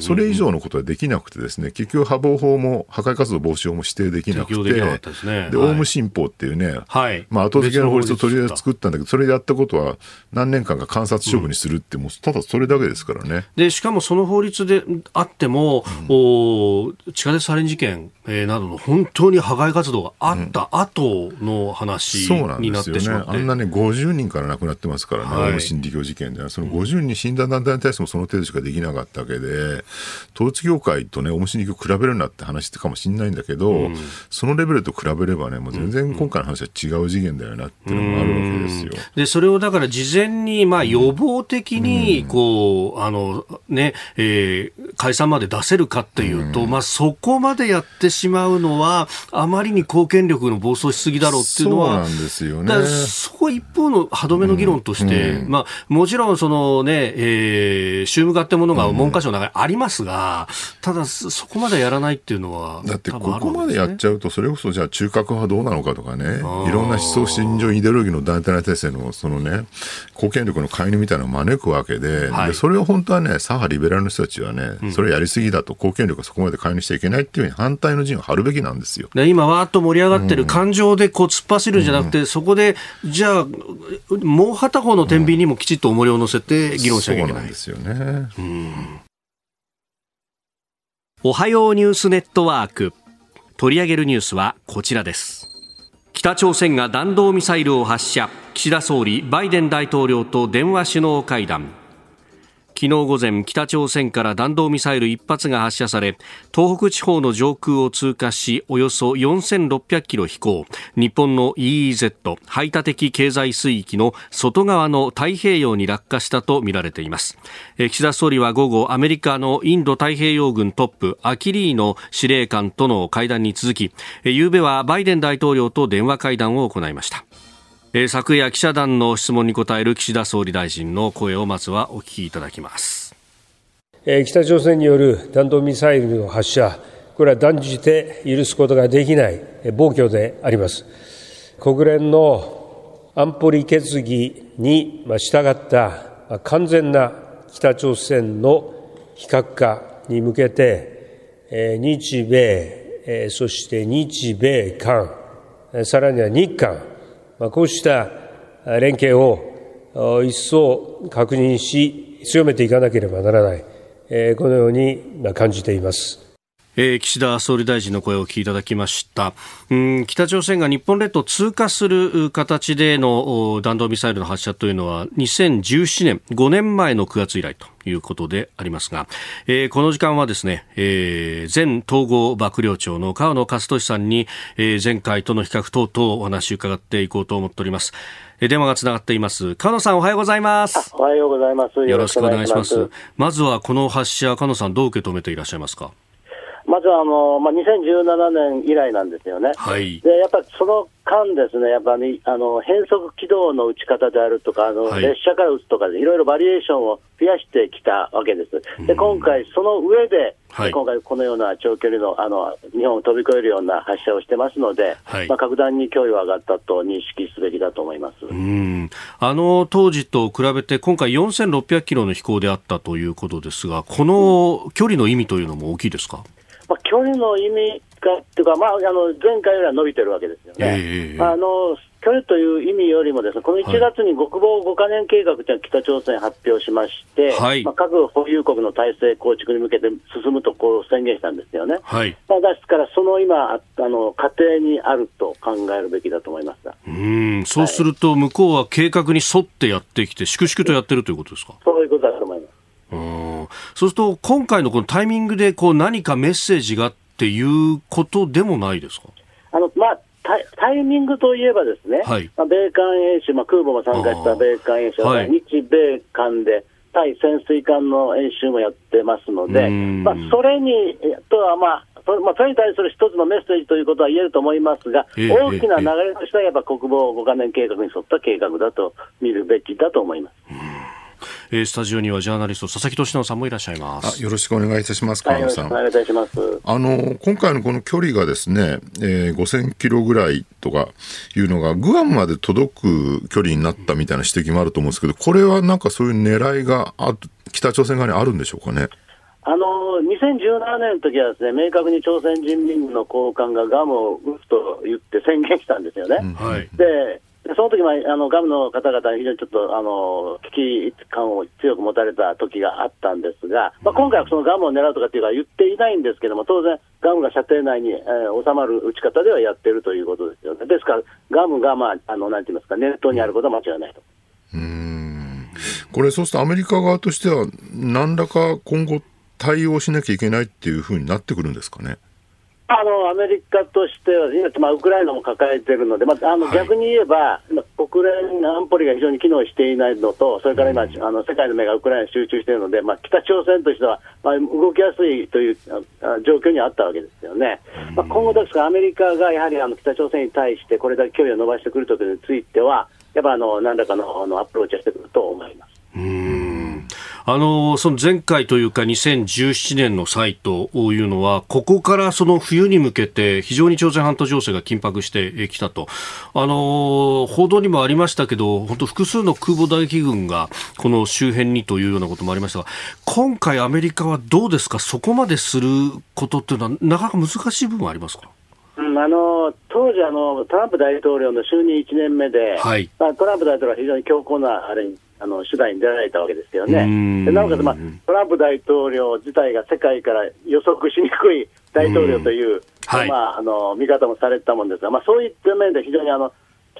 Speaker 3: それ以上のことはできなくてですね、結局破防法も破壊活動防止法も指定できなくて、で、ね、で、はい、オウム新法っていうね、はい、まあ、後付けの法律をとりあえず作ったんだけど、それでやったことは何年間か観察処分にするって、うん、もうただそれだけですからね。
Speaker 1: でしかもその法律であっても、うん、お地下鉄サリン事件、えー、などの本当に破壊活動があった後の話になってしまって、うん、そうなんですよね。あんなねごじゅうにんから亡くなってますからね、はい、オウム真理教事件ではそのごじゅうにん死んだ団体に対してもその程度しかできなかったわけで、統一教会とねオウム真理教を比べるなって話かもしれないんだけど、うん、そのレベルと比べればねもう全然今回の話は違う次元だよなっていうのもあるわけですよ。でそれをだから事前にまあ予防的にこう、うん、あのね、えー、解散まで出せるかっていうと、うん、まあそこまでやってしまうのはあまりに公権力の暴走しすぎだろうっていうのは、
Speaker 3: そうなんですよね。
Speaker 1: だからそこ一方の歯止めの議論として、うんうん、まあもちろんそのね、えー、宗務課ってものが文科省の中にありますが、うん、ただそこまでやらないっていうのは
Speaker 3: だってここまでやっちゃうとそれこそじゃあ中核派どうなのかとかね、いろんな思想信条イデオロギーの団体に対してのそのね公権力の介入みたいなのを招くわけ で,、はい、でそれを本当はね左派リベラルの人たちはね、うん、それやりすぎだと、公権力がそこまで介入しちゃいけないっていうふうに反対の陣を張るべきなんですよ。
Speaker 1: で今わーっと盛り上がってる感情でこう突っ走るんじゃなくて、うん、そこでじゃあもう片方の天秤にもきちっと重りを乗せて議論しなきゃいけない、
Speaker 3: うん、そうなんですよね、うん、
Speaker 1: おはようニュースネットワーク、取り上げるニュースはこちらです。北朝鮮が弾道ミサイルを発射、岸田総理バイデン大統領と電話首脳会談。 昨日午前、北朝鮮から弾道ミサイルいっ発が発射され、東北地方の上空を通過し、およそよんせんろっぴゃくキロ飛行、日本の イーイーゼット 排他的経済水域の外側の太平洋に落下したとみられています。岸田総理は午後、アメリカのインド太平洋軍トップアキリーノ司令官との会談に続き、夕べはバイデン大統領と電話会談を行いました。えー、昨夜記者団の質問に答える岸田総理大臣の声をまずはお聞きいただきます。
Speaker 4: えー、北朝鮮による弾道ミサイルの発射、これは断じて許すことができない暴挙であります。国連の安保理決議に従った完全な北朝鮮の非核化に向けて、えー、日米、えー、そして日米韓、さらには日韓、こうした連携を一層確認し、強めていかなければならない、このように感じています。
Speaker 1: えー、岸田総理大臣の声をお聞きいただきました。うん、北朝鮮が日本列島を通過する形での弾道ミサイルの発射というのはにせんじゅうななねん、ごねんまえのくがつ以来ということでありますが、えー、この時間はですね、えー、前統合幕僚長の河野克俊さんに、えー、前回との比較等々お話を伺っていこうと思っております。えー、電話がつながっています。河野さん、おはようございます。
Speaker 5: おはようございます。
Speaker 1: よろしくお願いします。まずはこの発射、河野さんどう受け止めていらっしゃいますか？
Speaker 5: まずはあの、まあ、にせんじゅうななねん以来なんですよね。
Speaker 1: はい、
Speaker 5: でやっぱりその間ですね、やっぱりあの変則軌道の打ち方であるとか、あの、はい、列車から打つとかでいろいろバリエーションを増やしてきたわけです。で今回その上で、はい、今回このような長距離の、あの日本を飛び越えるような発射をしてますので、はい、まあ、格段に脅威は上がったと認識すべきだと思います。
Speaker 1: うん、あの当時と比べて今回よんせんろっぴゃくキロの飛行であったということですが、この距離の意味というのも大きいですか？
Speaker 5: まあ、距離の意味かっていうか、まあ、あの前回よりは伸びてるわけですよね。えー、あの距離という意味よりもですね、このいちがつに国防ごかねん計画というのを北朝鮮発表しまして、はい、まあ、核保有国の体制構築に向けて進むとこう宣言したんですよね。はい、まあ、ですからその今あの過程にあると考えるべきだと思いますが、
Speaker 1: うーん、そうすると向こうは計画に沿ってやってきて粛々とやってるということですか？
Speaker 5: そういうことだと思います。
Speaker 1: うん、そうすると今回のこのタイミングでこう何かメッセージがっていうことでもないですか？
Speaker 5: あの、まあ、タイ、タイミングといえばですね、はい、まあ、米韓演習、まあ、空母も参加した米韓演習は、はい、日米韓で対潜水艦の演習もやってますので、まあ、それにとは、まあそれまあ、それに対する一つのメッセージということは言えると思いますが、えー、大きな流れとしてはやっぱ国防ごかねん計画に沿った計画だと見るべきだと思います。
Speaker 1: えー、スタジオにはジャーナリスト佐々木俊直さんもいらっしゃいます。
Speaker 3: あ、よろしくお願いいたします。河野さん、
Speaker 5: はい、よろしくお願いいたします。
Speaker 3: あの今回のこの距離がですね、えー、ごせんキロぐらいとかいうのがグアムまで届く距離になったみたいな指摘もあると思うんですけど、これはなんかそういう狙いがあ北朝鮮側にあるんでしょうかね？
Speaker 5: あのにせんじゅうななねんの時はですね、明確に朝鮮人民軍の高官がガムを撃つと言って宣言したんですよね。うん、はい、でその時もあのガムの方々に非常にちょっとあの危機感を強く持たれた時があったんですが、まあ、今回はそのガムを狙うとかっていうか言っていないんですけども、当然ガムが射程内に、えー、収まる撃ち方ではやっているということですよね。ですからガムが、まあ、あのなんて言いますか、念頭にあることは間違いないと。
Speaker 3: うーん、これそうするとアメリカ側としては何らか今後対応しなきゃいけないっていうふうになってくるんですかね？
Speaker 5: あのアメリカとしては、まあ、ウクライナも抱えているので、まあ、あの逆に言えば、はい、国連安保理が非常に機能していないのと、それから今、うん、あの世界の目がウクライナに集中しているので、まあ、北朝鮮としては、まあ、動きやすいという状況にあったわけですよね。うん、まあ、今後ですから、アメリカがやはりあの北朝鮮に対してこれだけ距離を伸ばしてくるということについては、やっぱあの何らかのあのアプローチをしてくると思います。
Speaker 1: うーん、あのその前回というかにせんじゅうななねんの際というのは、ここからその冬に向けて非常に朝鮮半島情勢が緊迫してきたと、あの報道にもありましたけど、本当複数の空母打撃群がこの周辺にというようなこともありましたが、今回アメリカはどうですか？そこまですることっていうのはなかなか難しい部分はありますか？
Speaker 5: うん、あの当時あのトランプ大統領の就任いちねんめで、はい、まあ、トランプ大統領は非常に強硬なあれにあの手段に出られたわけですよね。でなおかつ、まあ、トランプ大統領自体が世界から予測しにくい大統領という、はい、まあ、あの見方もされてたもんですが、まあ、そういった面で非常にあの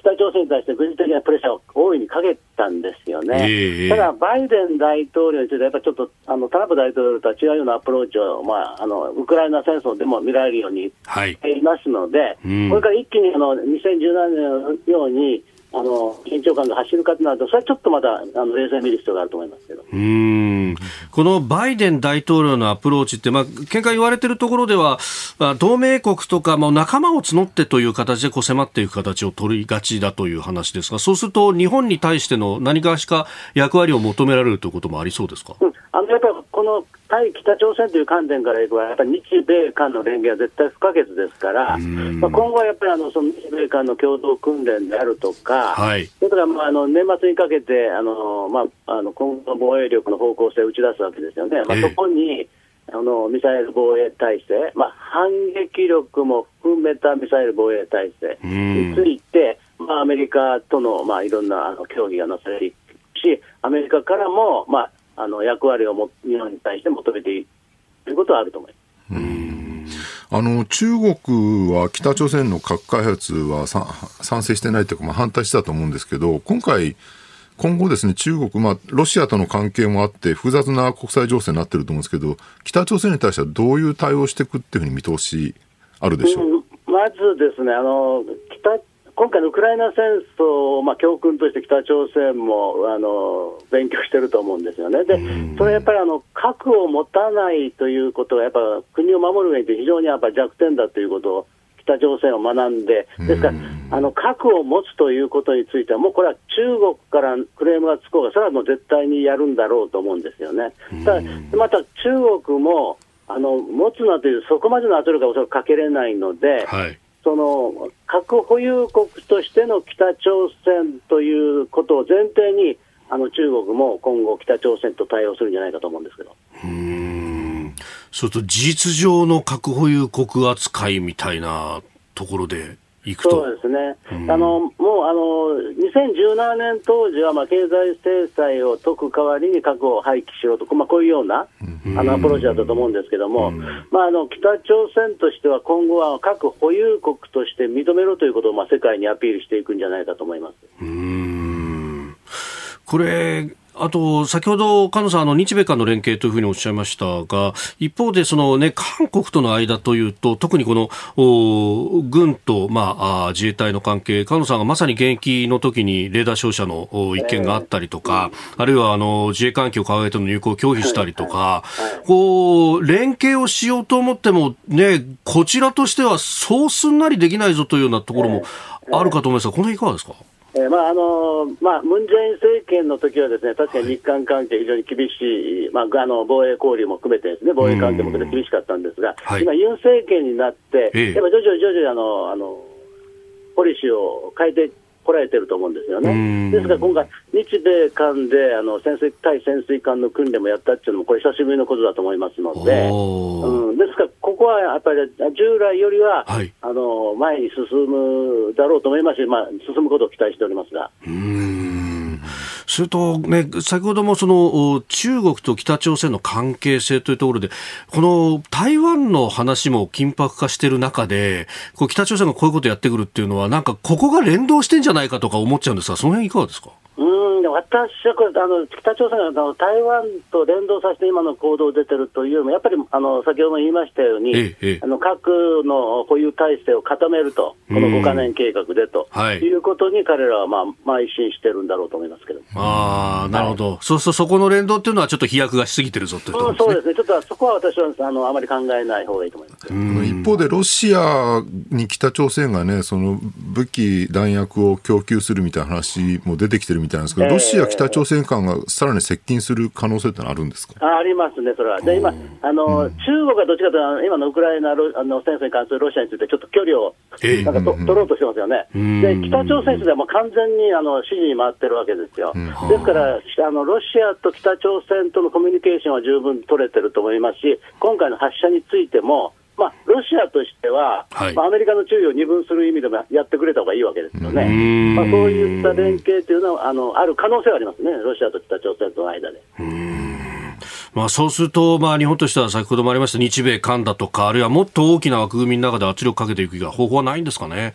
Speaker 5: 北朝鮮に対して軍事的なプレッシャーを大いにかけたんですよね、えー、ただ、バイデン大統領についてはやっぱりちょっとあのトランプ大統領とは違うようなアプローチを、まあ、あのウクライナ戦争でも見られるようにしていますので、はいうん、これから一気にあのにせんじゅうななねんのようにあの緊張感が走るかとなると、それはちょっとまだあの冷静に見る必要があると思いますけど。
Speaker 1: うーんこのバイデン大統領のアプローチって、まあ、見解言われているところでは、まあ、同盟国とか、まあ、仲間を募ってという形でこう迫っていく形を取りがちだという話ですが、そうすると日本に対しての何かしか役割を求められるということもありそうですか。
Speaker 5: うん、あのやっぱりこの対北朝鮮という観点からいくと、やっぱり日米韓の連携は絶対不可欠ですから、まあ、今後はやっぱりあのその日米韓の共同訓練であるとか、はい、それからまああの年末にかけてあの、まあ、あの今後の防衛力の方向性を打ち出すわけですよね、まあ、そこにあのミサイル防衛体制、まあ、反撃力も含めたミサイル防衛体制について、まあ、アメリカとの、まあ、いろんなあの協議がなされるし、アメリカからも、まあ、あの役割をも日本に対して求めているということはあると思います。うーん
Speaker 3: あの中国は北朝鮮の核開発は賛成してないというか、まあ、反対したと思うんですけど、今回今後ですね、中国、まあ、ロシアとの関係もあって複雑な国際情勢になっていると思うんですけど、北朝鮮に対してはどういう対応をしていくっていうふうに見通しあるでしょう。うん、
Speaker 5: まずですね、あの北今回のウクライナ戦争を、まあ、教訓として北朝鮮もあの勉強していると思うんですよね。で、それはやっぱりあの核を持たないということがやっぱ国を守る上で非常にやっぱ弱点だということを北朝鮮を学んで、ですからあの核を持つということについてはもうこれは中国からクレームがつこうがそれはもう絶対にやるんだろうと思うんですよね。ただまた中国もあの持つなというそこまでの圧力がおそらくかけれないので、はい、その核保有国としての北朝鮮ということを前提にあの中国も今後北朝鮮と対応するんじゃないかと思うんですけど。
Speaker 1: うーんそうすると事実上の核保有国扱いみたいなところでいくと。
Speaker 5: そうですね、あのもうあのにせんじゅうななねん当時はまあ経済制裁を解く代わりに核を廃棄しろと、まあ、こういうようなあのアプローチだったと思うんですけども、まあ、あの北朝鮮としては今後は核保有国として認めろということをまあ世界にアピールしていくんじゃないかと思います。
Speaker 1: うーんこれあと先ほど菅野さんあの日米韓の連携というふうにおっしゃいましたが、一方でその、ね、韓国との間というと特にこの軍と、まあ、自衛隊の関係、菅野さんがまさに現役の時にレーダー照射の一件があったりとか、えー、あるいはあの自衛艦機を掲げての入港を拒否したりとか、はいはいはい、こう連携をしようと思っても、ね、こちらとしてはそうすんなりできないぞというようなところもあるかと思いますが、この辺いかがですか。
Speaker 5: えーまああのまあ、ムン・ジェイン政権の時はですね、確かに日韓関係非常に厳しい、まあ、あの防衛交流も含めてですね、防衛関係も含めて厳しかったんですが、はい、今ユン政権になって、ええ、やっぱ徐々に徐々にあのあのポリシーを変えてこられてると思うんですよね。ですから今回日米韓であの潜水対潜水艦の訓練もやったっていうのもこれ久しぶりのことだと思いますので、うん、ですからここはやっぱり従来よりは、はい、あの前に進むだろうと思いますし、まあ、進むことを期待しておりますが。
Speaker 1: うーんそれと、ね、先ほどもその中国と北朝鮮の関係性というところでこの台湾の話も緊迫化している中でこう北朝鮮がこういうことをやってくるっていうのはなんかここが連動してんじゃないかとか思っちゃうんですが、その辺いかがですか。
Speaker 5: うん私はこれあの北朝鮮があの台湾と連動させて今の行動を出てるというよりもやっぱりあの先ほども言いましたように、ええ、あの核の保有体制を固めるとこのごかねん計画でと、はい、いうことに彼らは、まあ、邁進してるんだろうと思いますけど。
Speaker 1: あなるほど、はい、そうするとそこの連動っていうのはちょっと飛躍がしすぎてるぞというところですね。
Speaker 5: うん、そうですね、ちょっとそこは私はあのあまり考えない方がいいと思います。
Speaker 3: うん一方でロシアに北朝鮮がねその武器弾薬を供給するみたいな話も出てきてるみたいなんですけど、ロシア北朝鮮間がさらに接近する可能性ってのはあるんですか。
Speaker 5: あ, ありますね、それは。で今あの、うん、中国はどっちかというと今のウクライナロあの戦争に関するロシアについてちょっと距離をなんかと、えー、取ろうとしてますよね。で北朝鮮についてはもう完全にあの支持に回ってるわけですよ。ですからあのロシアと北朝鮮とのコミュニケーションは十分取れてると思いますし、今回の発射についてもまあ、ロシアとしては、はいまあ、アメリカの注意を二分する意味でもやってくれた方がいいわけですよね。まあ、そういった連携というのは あのある可能性はありますね、ロシアと北朝鮮との間で。
Speaker 1: うーん、まあ、そうすると、まあ、日本としては先ほどもありました日米韓だとかあるいはもっと大きな枠組みの中で圧力かけていく方法はないんですかね。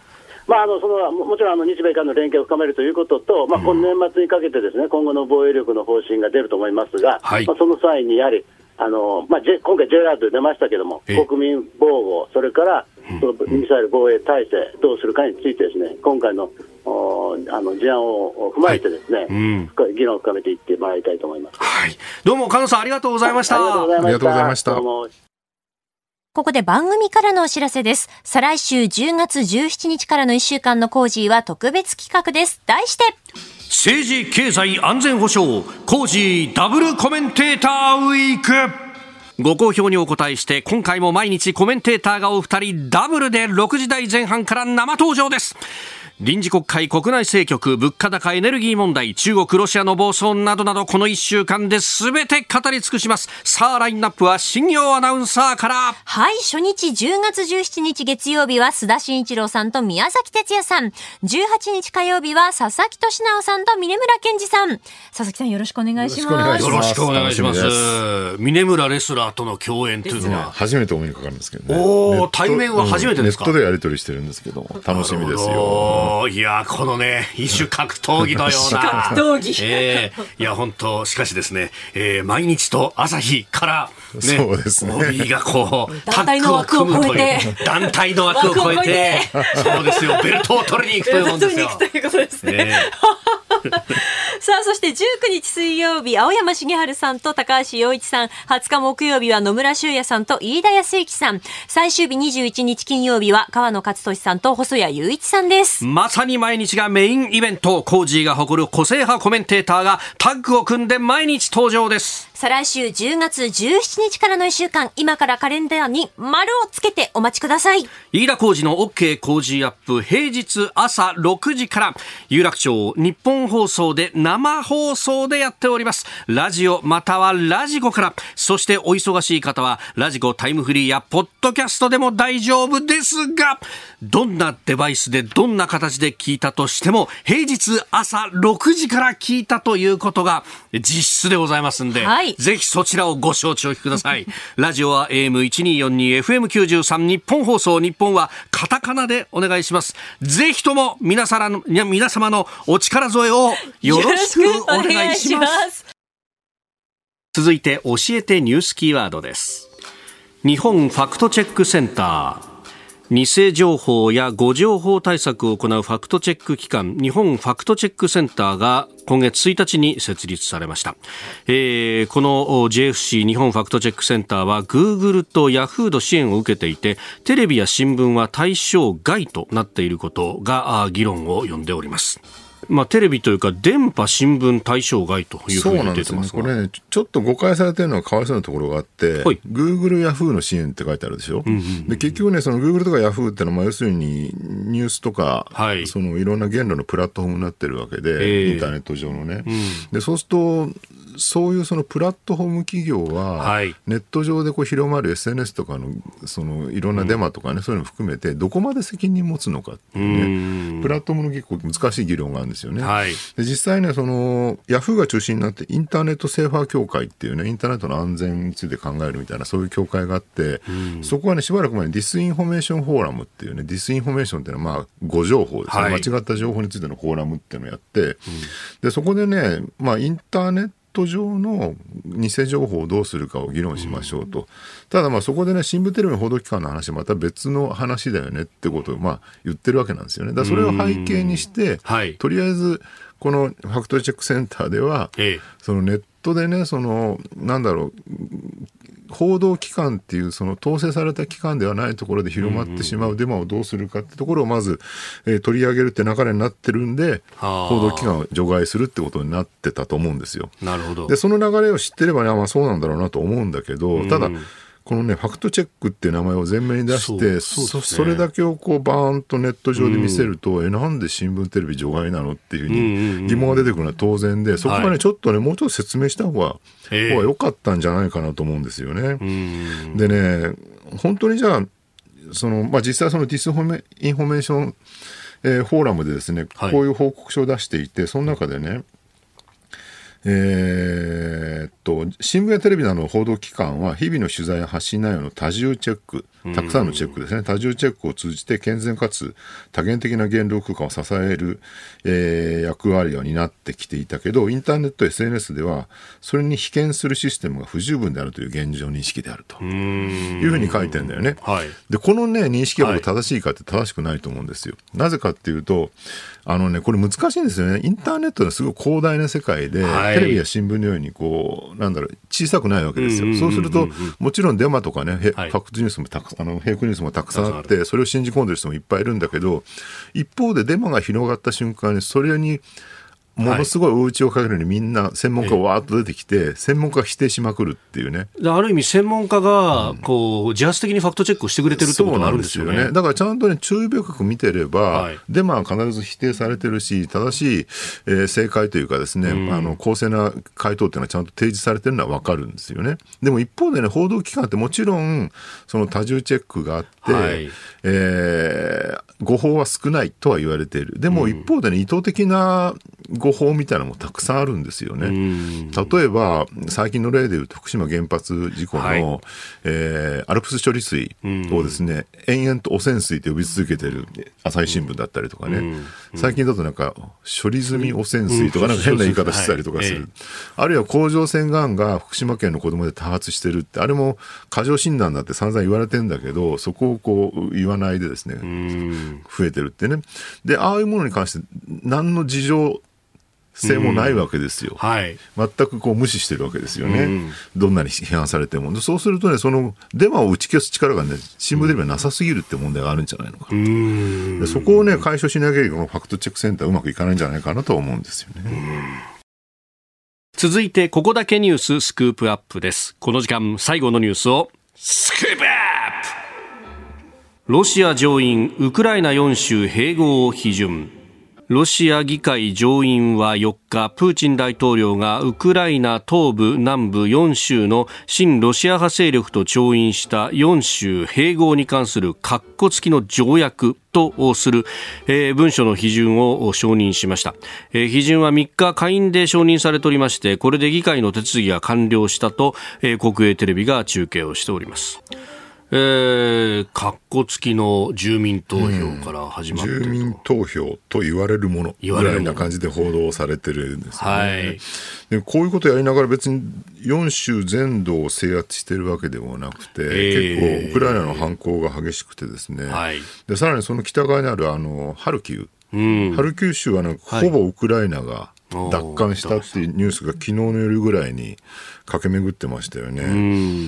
Speaker 5: まあ、あのそのもちろんあの日米間の連携を深めるということと、まあ、今年末にかけてですね、今後の防衛力の方針が出ると思いますが、はい、まあ、その際にやはりあの、まあ、今回 J アラートで出ましたけども、国民防護、それからそのミサイル防衛体制どうするかについてですね、今回のあの事案を踏まえてですね、はい、うん、議論を深めていってもらいたいと思います。
Speaker 1: はい、どうも菅野さんありがとうございました。
Speaker 5: ありがとうございました。
Speaker 2: ここで番組からのお知らせです。再来週じゅうがつじゅうしちにちからのいっしゅうかんのコージーは特別企画です。題して、
Speaker 1: 政治経済安全保障コージーダブルコメンテーターウィーク。ご好評にお答えして、今回も毎日コメンテーターがお二人ダブルでろくじ台前半から生登場です。臨時国会、国内政局、物価高、エネルギー問題、中国ロシアの暴走などなど、このいっしゅうかんで全て語り尽くします。さあラインナップは新業アナウンサーから。
Speaker 2: はい、初日じゅうがつじゅうしちにち月曜日は須田慎一郎さんと宮崎哲也さん、じゅうはちにち火曜日は佐々木俊直さんと峰村健二さん。佐々木さんよろしくお願いします。
Speaker 1: よろしくお願いします。峰村レスラーとの共演というのは
Speaker 3: 初めてお目にかかるんですけどね。
Speaker 1: おー、対面は初めてですか。
Speaker 3: ネットでやり取りしてるんですけど楽しみですよ。
Speaker 1: いやこのね一種格闘技のような
Speaker 2: 格闘技、
Speaker 1: えー、いや本当しかしですね、えー、毎日と朝日から、ね、
Speaker 3: そうですね、
Speaker 1: オービー がこう
Speaker 2: 団体の枠を超えて
Speaker 1: 団体の枠を超えてそうですよ、ベルトを取りに行くというもんですよ。
Speaker 2: ベルトを取りに行くということですね、えーさあそしてじゅうくにち水曜日、青山茂春さんと高橋洋一さん、はつか木曜日は野村修也さんと飯田康之さん、最終日にじゅういちにち金曜日は川野勝利さんと細谷雄一さんです。
Speaker 1: まさに毎日がメインイベント、コージーが誇る個性派コメンテーターがタッグを組んで毎日登場です。
Speaker 2: 再来週じゅうがつじゅうしちにちからのいっしゅうかん、今からカレンダーに丸をつけてお待ちください。
Speaker 1: 飯田浩司の OK コージーアップ、平日朝ろくじから有楽町日本放送で生放送でやっております。ラジオまたはラジコから、そしてお忙しい方はラジコタイムフリーやポッドキャストでも大丈夫ですが、どんなデバイスでどんな形で聞いたとしても平日朝ろくじから聞いたということが実質でございますんで、はい、ぜひそちらをご承知おきください。ラジオは エーエムせんにひゃくよんじゅうに エフエムきゅうじゅうさん 日本放送、日本はカタカナでお願いします。ぜひとも皆様の皆様のお力添えをよろしくお願いします。続いて教えてニュースキーワードです。日本ファクトチェックセンター、偽情報や誤情報対策を行うファクトチェック機関、日本ファクトチェックセンターが今月ついたちに設立されました。えー、この ジェイエフシー 日本ファクトチェックセンターは Google と Yahoo の支援を受けていて、テレビや新聞は対象外となっていることが議論を呼んでおります。まあ、テレビというか電波新聞対象外というふうに出てますが、
Speaker 3: そうなんですね。これね、ちょっと誤解されているのはかわいそうなところがあって、はい、Google、Yahoo の支援って書いてあるでしょ、うんうんうん、で結局ね、その Google とか Yahoo ってのは、まあ、要するにニュースとか、はい、そのいろんな言論のプラットフォームになってるわけで、えー、インターネット上のね、うん、でそうするとそういうそのプラットフォーム企業は、はい、ネット上でこう広まる エスエヌエス とかの、そのいろんなデマとかね、うん、そういうのも含めてどこまで責任持つのかっていうね、プラットフォームの結構難しい議論があるんですよね、はい、で実際ね、そのヤフーが中心になってインターネットセーファー協会っていうね、インターネットの安全について考えるみたいなそういう協会があって、うん、そこはね、しばらく前にディスインフォメーションフォーラムっていうね、ディスインフォメーションっていうのはまあ誤情報ですね、はい、間違った情報についてのフォーラムっていうのをやって、うん、でそこでね、まあインターネット上の偽情報をどうするかを議論しましょうと、うん、ただまあそこでね、新聞テレビの報道機関の話はまた別の話だよねってことをまあ言ってるわけなんですよね。だからそれを背景にして、はい、とりあえずこのファクトチェックセンターでは、ええ、そのネットでね、そのなんだろう、報道機関っていうその統制された機関ではないところで広まってしまうデマをどうするかってところをまず、えー、取り上げるって流れになってるんで、報道機関を除外するってことになってたと思うんですよ。
Speaker 1: なるほど。
Speaker 3: でその流れを知ってればね、まあ、そうなんだろうなと思うんだけど、ただこのね、ファクトチェックっていう名前を前面に出して、 そ, そ, ね、それだけをこうバーンとネット上で見せると、うん、えなんで新聞テレビ除外なのっていうふうに疑問が出てくるのは当然で、そこがね、はい、ちょっとね、もうちょっと説明した方が方が良かったんじゃないかなと思うんですよね。でね、本当にじゃあその、まあ、実際そのディスインフォメーション、えー、フォーラムでですね、こういう報告書を出していて、その中でね、 えー、っと新聞やテレビなどの報道機関は日々の取材や発信内容の多重チェック、たくさんのチェックですね、多重チェックを通じて健全かつ多元的な言論空間を支える、えー、役割を担ってきていたけど、インターネット エスエヌエス ではそれに被験するシステムが不十分であるという現状認識であるというふうに書いてるんだよね、はい、でこの、ね、認識が正しいかって正しくないと思うんですよ。なぜかっていうとあの、ね、これ難しいんですよね。インターネットのすごい広大な世界で、はい、テレビや新聞のようにこうなんだろう小さくないわけですよ。そうするともちろんデマとかね、はい、ファクトニュースもたくあのフェイクニュースもたくさんあってそれを信じ込んでる人もいっぱいいるんだけど、一方でデマが広がった瞬間にそれにものすごい追い打ちをかけるようにみんな専門家がわーっと出てきて、専門家が否定しまくるっていうね。
Speaker 1: ある意味専門家がこう自発的にファクトチェックをしてくれてるってことがあるんですよね。
Speaker 3: そうなんですよね。だからちゃんとね注意深く見てれば、はい、デマは必ず否定されてるし正しい、えー、正解というかですね、うん、あの公正な回答っていうのはちゃんと提示されてるのは分かるんですよね。でも一方でね報道機関ってもちろんその多重チェックがあって、はい、えー、誤報は少ないとは言われている。でも一方でね、うん、意図的な誤報みたいなのもたくさんあるんですよね。例えば最近の例でいうと福島原発事故の、はい、えー、アルプス処理水をですね延々と汚染水と呼び続けている朝日新聞だったりとかね、最近だとなんか処理済み汚染水とかなんか変な言い方してたりとかする、あるいは甲状腺がんが福島県の子供で多発してるって、あれも過剰診断だって散々言われてるんだけど、そこをこう言わないでですね増えてるってね。でああいうものに関して何の事情性もないわけですよ、うん、はい、全くこう無視してるわけですよね、うん、どんなに批判されても。そうするとねそのデマを打ち消す力がね新聞テレビはなさすぎるって問題があるんじゃないのか、うん、でそこをね解消しなきゃいけないファクトチェックセンターうまくいかないんじゃないかなと思うんですよね、うん。
Speaker 1: 続いてここだけニューススクープアップです。この時間最後のニュースをスクープアップ。ロシア上院ウクライナよん州併合を批准。ロシア議会上院はよっか、プーチン大統領がウクライナ東部南部よん州の親ロシア派勢力と調印したよん州併合に関する括弧付きの条約とする、えー、文書の批准を承認しました、えー、批准はみっか下院で承認されておりまして、これで議会の手続きが完了したと、えー、国営テレビが中継をしております。えー、括弧付きの住民投票から始まって、うん、
Speaker 3: 住民投票と言われるものぐらいな感じで報道されてるんですよね、はい、でこういうことをやりながら別によん州全土を制圧してるわけでもなくて、えー、結構ウクライナの反攻が激しくてですね、はい、でさらにその北側にあるあのハルキウ、うん、ハルキウ州は、ね、ほぼウクライナが奪還したっていうニュースが昨日の夜ぐらいに駆け巡ってましたよね、うん、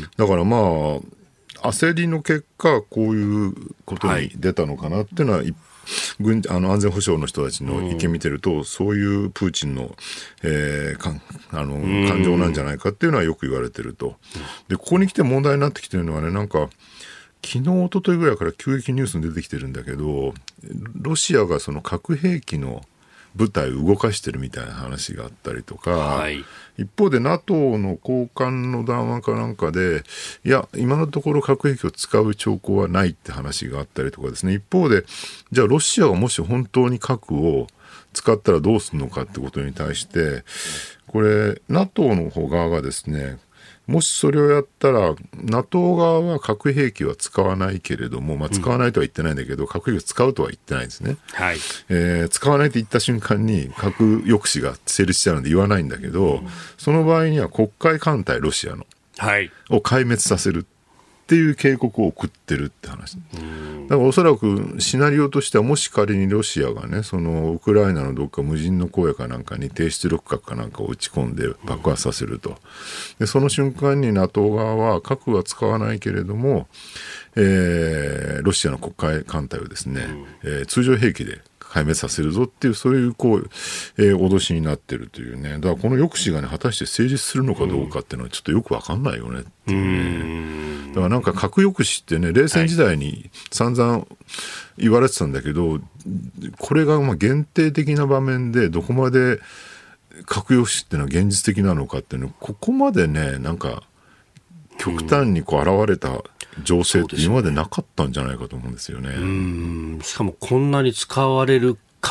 Speaker 3: だからまあ焦りの結果こういうことに出たのかなっていうのは、はい、軍あの安全保障の人たちの意見見てると、うん、そういうプーチンの、えー、かあの感情なんじゃないかっていうのはよく言われてると。でここに来て問題になってきてるのはね、なんか昨日一昨日ぐらいから急激ニュースに出てきてるんだけど、ロシアがその核兵器の部隊を動かしてるみたいな話があったりとか、はい、一方で NATO の高官の談話かなんかで、いや今のところ核兵器を使う兆候はないって話があったりとかですね。一方でじゃあロシアがもし本当に核を使ったらどうするのかってことに対して、これ NATO の方側がですね、もしそれをやったら NATO 側は核兵器は使わないけれども、まあ、使わないとは言ってないんだけど、うん、核兵器を使うとは言ってないんですね、はい、えー、使わないと言った瞬間に核抑止が成立しちゃうので言わないんだけど、うん、その場合には黒海艦隊ロシアの、はい、を壊滅させるっていう警告を送ってるって話。だからおそらくシナリオとしては、もし仮にロシアがね、そのウクライナのどっか無人の荒野かなんかに低出力核かなんかを撃ち込んで爆発させると。でその瞬間に NATO 側は核は使わないけれども、えー、ロシアの黒海艦隊をですね、えー、通常兵器で壊滅させるぞっていう、そういうこう、えー、脅しになってるというね。だからこの抑止がね、果たして成立するのかどうかっていうのはちょっとよくわかんないよねっていうね。だからなんか核抑止ってね、冷戦時代に散々言われてたんだけど、はい、これがまあ限定的な場面でどこまで核抑止っていうのは現実的なのかっていうのは、ここまでね、なんか極端にこう現れた情勢って今までなかったんじゃないかと思うんですよね。
Speaker 1: うん、しかもこんなに使われるかもっ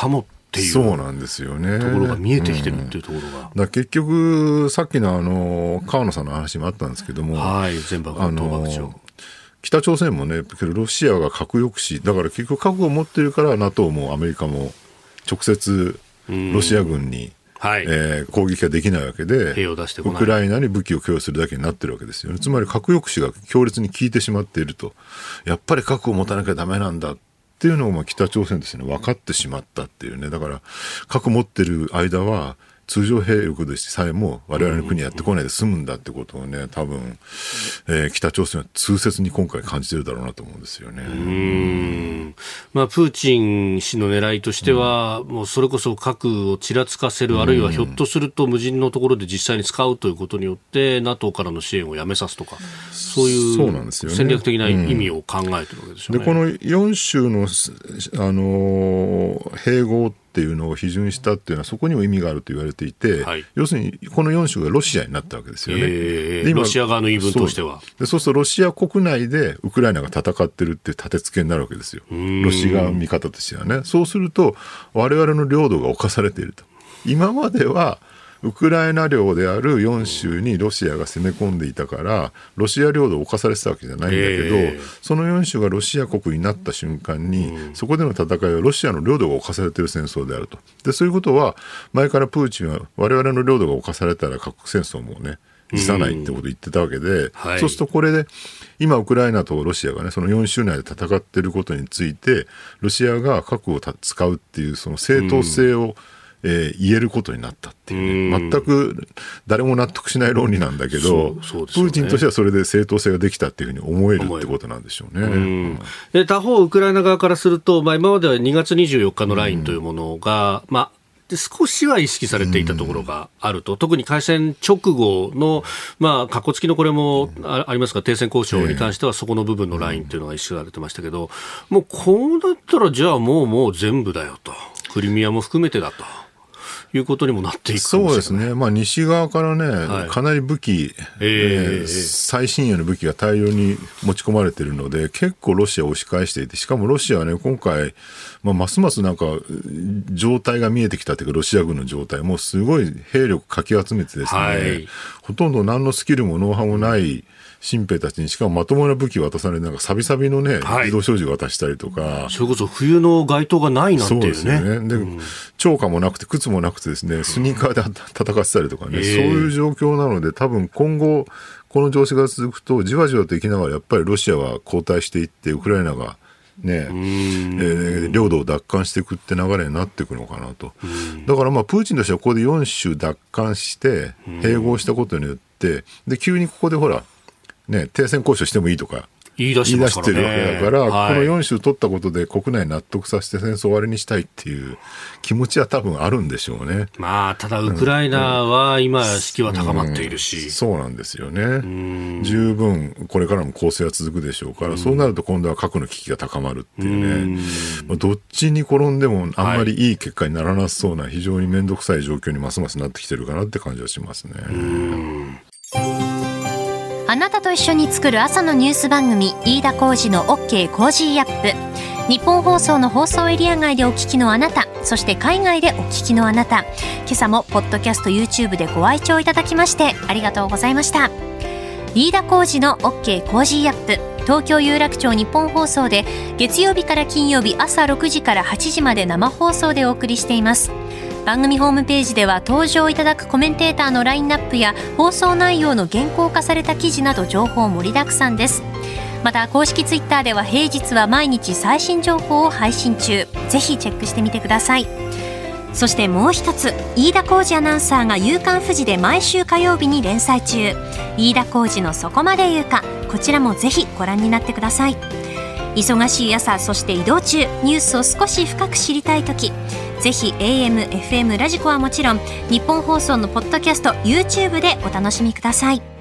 Speaker 1: っていう、
Speaker 3: そうなんですよね、
Speaker 1: ところが見えてきてるっていうところが、うん、
Speaker 3: だ結局さっきのあの川野さんの話もあったんですけども、
Speaker 1: はい、全爆の倒幕上、
Speaker 3: 北朝鮮もね、ロシアが核抑止だから結局核を持ってるから ナトー もアメリカも直接ロシア軍に、はいえー、攻撃ができないわけで、
Speaker 1: 兵を出してこない、
Speaker 3: ウクライナに武器を供与するだけになってるわけですよね。つまり核抑止が強烈に効いてしまっていると、やっぱり核を持たなきゃダメなんだっていうのをまあ北朝鮮ですね、分かってしまったっていうね。だから核持ってる間は通常兵力でさえも我々の国やってこないで済むんだってことをね、多分、えー、北朝鮮は痛切に今回感じてるだろうなと思うんですよね。
Speaker 1: うーん、まあ、プーチン氏の狙いとしては、うん、もうそれこそ核をちらつかせる、あるいはひょっとすると無人のところで実際に使うということによって ナトー からの支援をやめさすとか、そういう戦略的な意味を考えてるわけでしょうね。
Speaker 3: でこのよん州の、あのー、併合っていうのを批准したっていうのはそこにも意味があると言われていて、はい、要するにこのよん州がロシアになったわけですよね、
Speaker 1: えー、で今ロシア側の言い分としては
Speaker 3: そうで、そうするとロシア国内でウクライナが戦ってるって立て付けになるわけですよ、ロシア側の見方としてはね。そうすると我々の領土が侵されていると。今まではウクライナ領であるよん州にロシアが攻め込んでいたからロシア領土を侵されてたわけじゃないんだけど、えー、そのよん州がロシア国になった瞬間に、うん、そこでの戦いはロシアの領土が侵されている戦争であると。でそういうことは前からプーチンは我々の領土が侵されたら核戦争もね辞さないってことを言ってたわけで、うんはい、そうするとこれで今ウクライナとロシアがねそのよん州内で戦っていることについてロシアが核を使うっていうその正当性を、うんえー、言えることになったっていうね、全く誰も納得しない論理なんだけど、そうそうですよね、プーチンとしてはそれで正当性ができたっていうふうに思えるってことなんでしょうね。うん
Speaker 1: で他方ウクライナ側からすると、まあ、今まではにがつにじゅうよっかのラインというものが、うんまあで少しは意識されていたところがあると、うん、特に開戦直後の、まあ、かっこつきのこれもありますが、停戦交渉に関してはそこの部分のラインというのが意識されてましたけど、もうこうだったらじゃあもうもう全部だよと、クリミアも含めてだということにもなっていくかもしれない。
Speaker 3: そうですね、まあ、西側からね、はい、かなり武器、えー、最新鋭の武器が大量に持ち込まれているので結構ロシアを押し返していて、しかもロシアはね今回、まあ、ますますなんか状態が見えてきたというか、ロシア軍の状態もうすごい兵力かき集めてですね、はい、ほとんど何のスキルもノウハウもない新兵たちにしかもまともな武器を渡され、なんかサビサビのね、はい、自動小銃を渡したりとか、
Speaker 1: それこそ冬の街灯がないなんていうね。そうですよね。で、うん、超過もなくて靴もなくてですね、スニーカーで戦ってたりとかね、えー、そういう状況なので、多分今後この情勢が続くとじわじわといきながらやっぱりロシアは後退していってウクライナがねえー、領土を奪還していくって流れになっていくのかなと。だからまあプーチンとしてはここでよん州奪還して併合したことによってで急にここでほらね、停戦交渉してもいいとか言い出しますからね、
Speaker 3: 言い出してるわけだから、はい、このよん州取ったことで国内納得させて戦争終わりにしたいっていう気持ちは多分あるんでしょうね。
Speaker 1: まあ、ただウクライナは今士気は高まっているし、
Speaker 3: うんうん、そうなんですよね。十分これからも攻勢は続くでしょうから、そうなると今度は核の危機が高まるっていうね、まあ、どっちに転んでもあんまりいい結果にならなそうな、非常に面倒くさい状況にますますなってきてるかなって感じはしますね。うん
Speaker 2: あなたと一緒に作る朝のニュース番組、飯田浩司の OK コージーアップ。日本放送の放送エリア外でお聞きのあなた、そして海外でお聞きのあなた、今朝もポッドキャスト YouTube でご愛聴いただきましてありがとうございました。飯田浩司の OK コージーアップ、東京有楽町日本放送で月曜日から金曜日朝ろくじからはちじまで生放送でお送りしています。番組ホームページでは登場いただくコメンテーターのラインナップや放送内容の原稿化された記事など情報盛りだくさんです。また公式ツイッターでは平日は毎日最新情報を配信中、ぜひチェックしてみてください。そしてもう一つ、飯田浩司アナウンサーが夕刊フジで毎週火曜日に連載中、飯田浩司のそこまで言うか、こちらもぜひご覧になってください。忙しい朝、そして移動中、ニュースを少し深く知りたいとき、ぜひ エーエム、エフエム、ラジコはもちろん日本放送のポッドキャスト YouTube でお楽しみください。